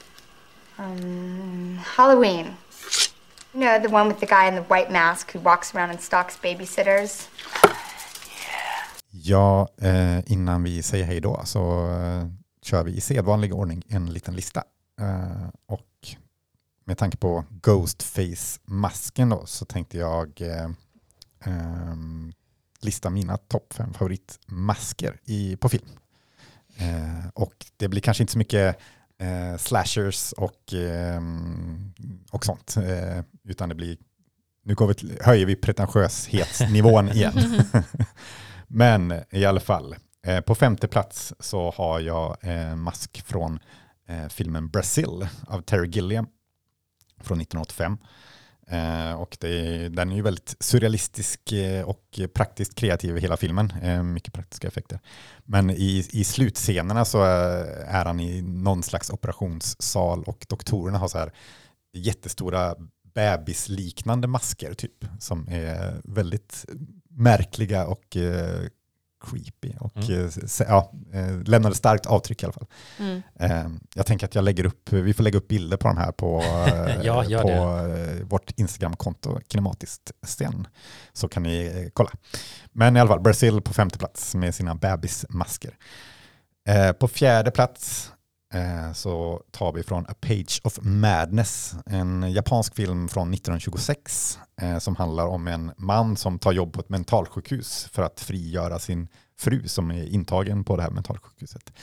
Um, Halloween. You know, the one with the guy in the white mask who walks around and stalks babysitters. Yeah. Ja, eh, innan vi säger hej då så eh, kör vi i sedvanlig ordning en liten lista. Eh, och med tanke på Ghostface-masken då så tänkte jag eh, eh, lista mina topp fem favoritmasker i, på film. Eh, och det blir kanske inte så mycket Eh, slashers och, eh, och sånt. Eh, utan det blir, nu går vi till, höjer vi pretentiöshetsnivån igen. Men i alla fall, eh, på femte plats så har jag eh, mask från eh, filmen Brazil av Terry Gilliam från nittonhundraåttiofem. Eh, och det, den är ju väldigt surrealistisk eh, och praktiskt kreativ i hela filmen. Eh, mycket praktiska effekter. Men i, i slutscenerna så är, är han i någon slags operationssal och doktorerna har så här jättestora bebisliknande masker typ som är väldigt märkliga och eh, creepy och mm. ja, lämnade starkt avtryck i alla fall. Mm. Jag tänker att jag lägger upp, vi får lägga upp bilder på de här på, ja, på det. Vårt Instagramkonto Kinematiskt sen så kan ni kolla. Men i alla fall Brazil på femte plats med sina bebismasker. På fjärde plats så tar vi från A Page of Madness, en japansk film från nittonhundratjugosex som handlar om en man som tar jobb på ett mentalsjukhus för att frigöra sin fru som är intagen på det här mentalsjukhuset.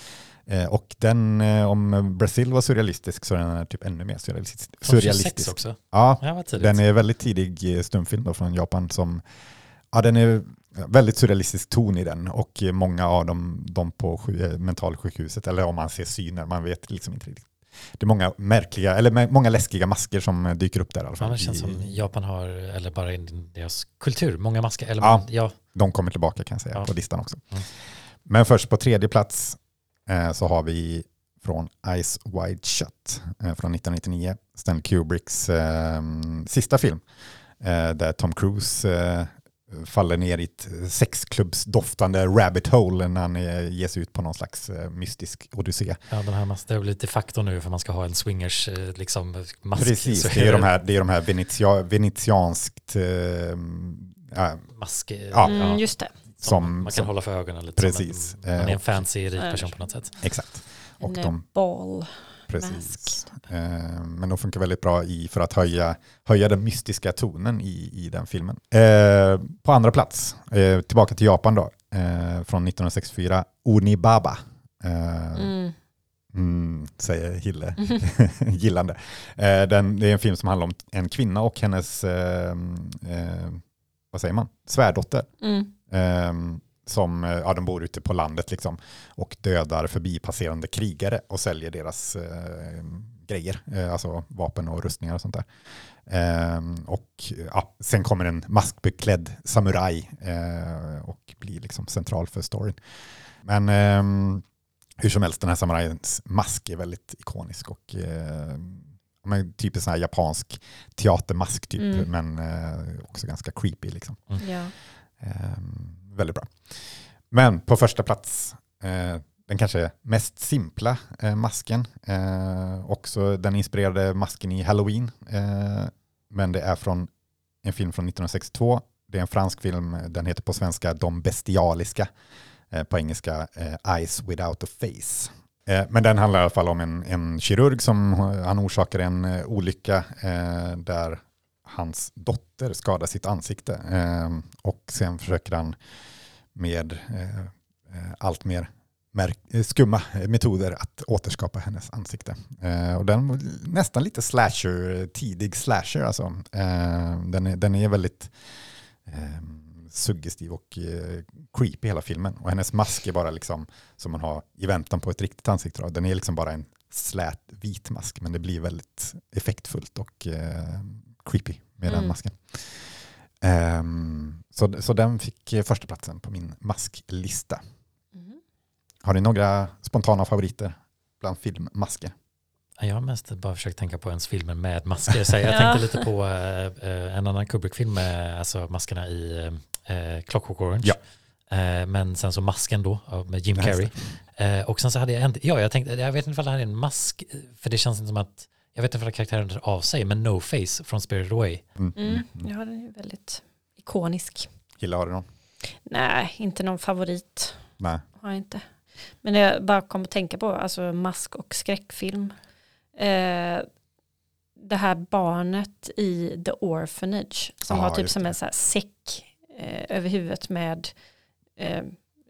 Eh, och den, eh, om Brasil var surrealistisk så är den typ ännu mer surrealistisk. Från surrealistisk. tjugosex också? Ja, Ja, vad tidigt. den är väldigt tidig eh, stumfilm då från Japan som, ja den är väldigt surrealistisk ton i den och många av dem, de på sju, mentalsjukhuset, eller om man ser syner, man vet liksom inte riktigt. Det är många märkliga, eller många läskiga masker som dyker upp där i alla fall. Ja, det känns som Japan har, eller bara i deras kultur, många masker. Eller Ja, man, ja. de kommer tillbaka kan jag säga Ja. på listan också. Mm. Men först på tredje plats eh, så har vi från Eyes Wide Shut eh, från nittonhundranittionio, Stanley Kubricks eh, sista film eh, där Tom Cruise eh, faller ner i ett sexklubbsdoftande rabbit hole när han eh, ger sig ut på någon slags eh, mystisk odyssé. Ja, den här mas- det är väl lite faktor nu för man ska ha en swingers eh, liksom, mask. Precis, Så det är de här, det är de här venetia, venetianskt eh, ja, mask, eh, Ja. Mm, just det. som, som, man kan som hålla för ögonen lite. Precis. Som en, man är en Eh, fancy rik person på något sätt. exakt. Och En de, ball. precis. mask. Eh, men de funkar väldigt bra i för att höja, höja den mystiska tonen i, i den filmen. Eh, på andra plats, eh, tillbaka till Japan då, eh, från nittonhundrasextiofyra, Onibaba. Eh, Mm. Mm, säger Hille, gillande. Eh, den, det är en film som handlar om en kvinna och hennes, eh, eh, vad säger man, svärdotter. Mm. Eh, som, ja, de bor ute på landet liksom, och dödar förbipasserande krigare och säljer deras eh, grejer, eh, alltså vapen och rustningar och sånt där. Eh, och ja, sen kommer en maskbeklädd samuraj eh, och blir liksom central för storyn. Men eh, hur som helst, den här samurajens mask är väldigt ikonisk och eh, men typ en sån här japansk teatermask typ, Mm. men eh, också ganska creepy liksom. Ja. Eh, väldigt bra. Men på första plats, eh, den kanske mest simpla eh, masken, eh, också den inspirerade masken i Halloween, eh, men det är från en film från nittonhundrasextiotvå. Det är en fransk film, den heter på svenska De bestialiska, eh, på engelska eh, Eyes Without a Face. Eh, men den handlar i alla fall om en, en kirurg som han orsakar en eh, olycka eh, där hans dotter skadar sitt ansikte eh, och sen försöker han med eh, eh, allt mer märk- skumma metoder att återskapa hennes ansikte. Eh, och den nästan lite slasher, tidig slasher alltså. Eh, den, är, den är väldigt eh, suggestiv och eh, creepy hela filmen. Och hennes mask är bara liksom som man har i väntan på ett riktigt ansikte. Då. Den är liksom bara en slät vit mask, men det blir väldigt effektfullt och eh, creepy med Mm. den masken. Um, så, så den fick första platsen på min masklista. Mm. Har ni några spontana favoriter bland filmmasker? Jag har mest bara försökt tänka på ens filmer med masker. Så jag Ja. tänkte lite på eh, en annan Kubrick-film med alltså maskerna i eh, Clockwork Orange. Ja. Eh, men sen så masken då av- med Jim Ja, Carrey. Eh, och sen så hade jag en, ja jag tänkte, jag vet inte om det här är en mask, för det känns inte som att, jag vet inte om karaktären tar av sig, men No Face från Spirited Away. Mm. Mm. Mm. Ja, den är ju väldigt ikonisk. Gillar har du någon? Nej, inte någon favorit. Nej. Har jag inte. Men jag bara kom att tänka på alltså mask- och skräckfilm. Eh, det här barnet i The Orphanage som Ja, har typ just som det. en så här säck eh, över huvudet med eh,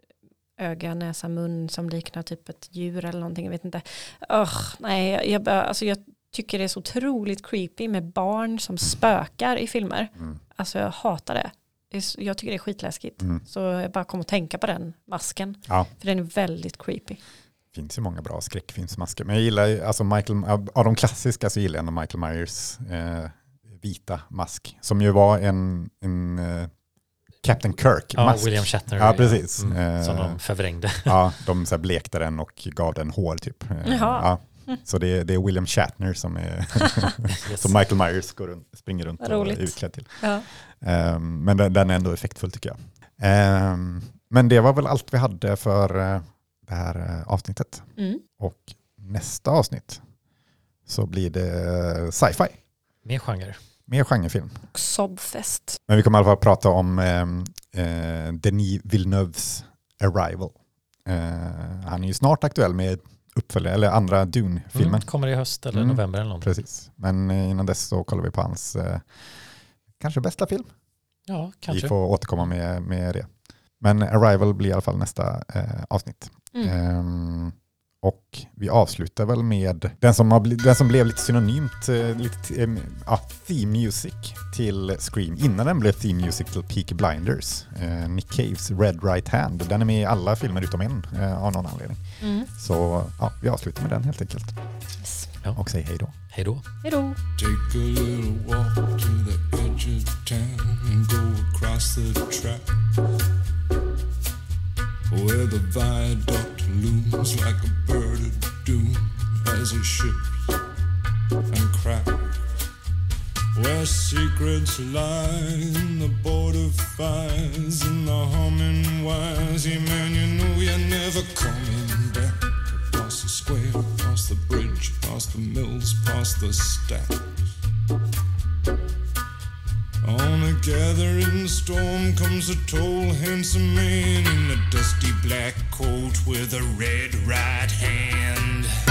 öga, näsa, mun som liknar typ ett djur eller någonting. Jag vet inte. Ugh, nej, jag, jag, bara, alltså jag tycker det är så otroligt creepy med barn som spökar i filmer. Mm. Alltså jag hatar det. Det är så- Jag tycker det är skitläskigt. Mm. Så jag bara kom att tänka på den masken. Ja, För den är väldigt creepy. det finns ju många bra skräckfilmsmasker. Men jag gillar ju, alltså Michael, av av de klassiska så gillar jag ändå Michael Myers eh, vita mask. Som ju var en, en eh, Captain Ja, Kirk-mask. William Shatner. Ja, precis. Mm, Eh, som de förvrängde. Ja, de så här blekte den och gav den hår typ. Eh, Jaha. Ja. Så det är, det är William Shatner som, är Yes. som Michael Myers går runt, springer runt Vad och roligt. är utklädd till. Ja. Um, men den, den är ändå effektfull tycker jag. Um, men det var väl allt vi hade för uh, det här uh, avsnittet. Mm. Och nästa avsnitt så blir det sci-fi. Mer genre. Mer genrefilm. Och Sobfest. Men vi kommer i alla fall prata om um, uh, Denis Villeneuves Arrival. Uh, han är ju snart aktuell med uppföljare, eller andra Dune-filmen. Mm, kommer det i höst eller Mm. november eller någonting? Precis. Men uh, innan dess så kollar vi på hans uh, kanske bästa film. Ja, kanske. Vi får återkomma med, med det. Men Arrival blir i alla fall nästa uh, avsnitt. Mm. Um, Och vi avslutar väl med den som, har bli, den som blev lite synonymt, lite, äh, ja, theme music till Scream innan den blev theme music till Peaky Blinders. Äh, Nick Caves Red Right Hand. Den är med i alla filmer utom en äh, av någon anledning. Mm. Så ja, vi avslutar med den helt enkelt. Yes. Ja. Och säger hej då. Hej då. Hej då. Take a little walk to the edge of town and go across the track where the viaduct looms like a bird of doom as it ships and cracks, where secrets lie in the border fires and the humming wires. Yeah, man, you know you're never coming back. Across the square, across the bridge, past the mills, past the stacks. On a gathering storm comes a tall, handsome man in a dusty black coat with a red right hand.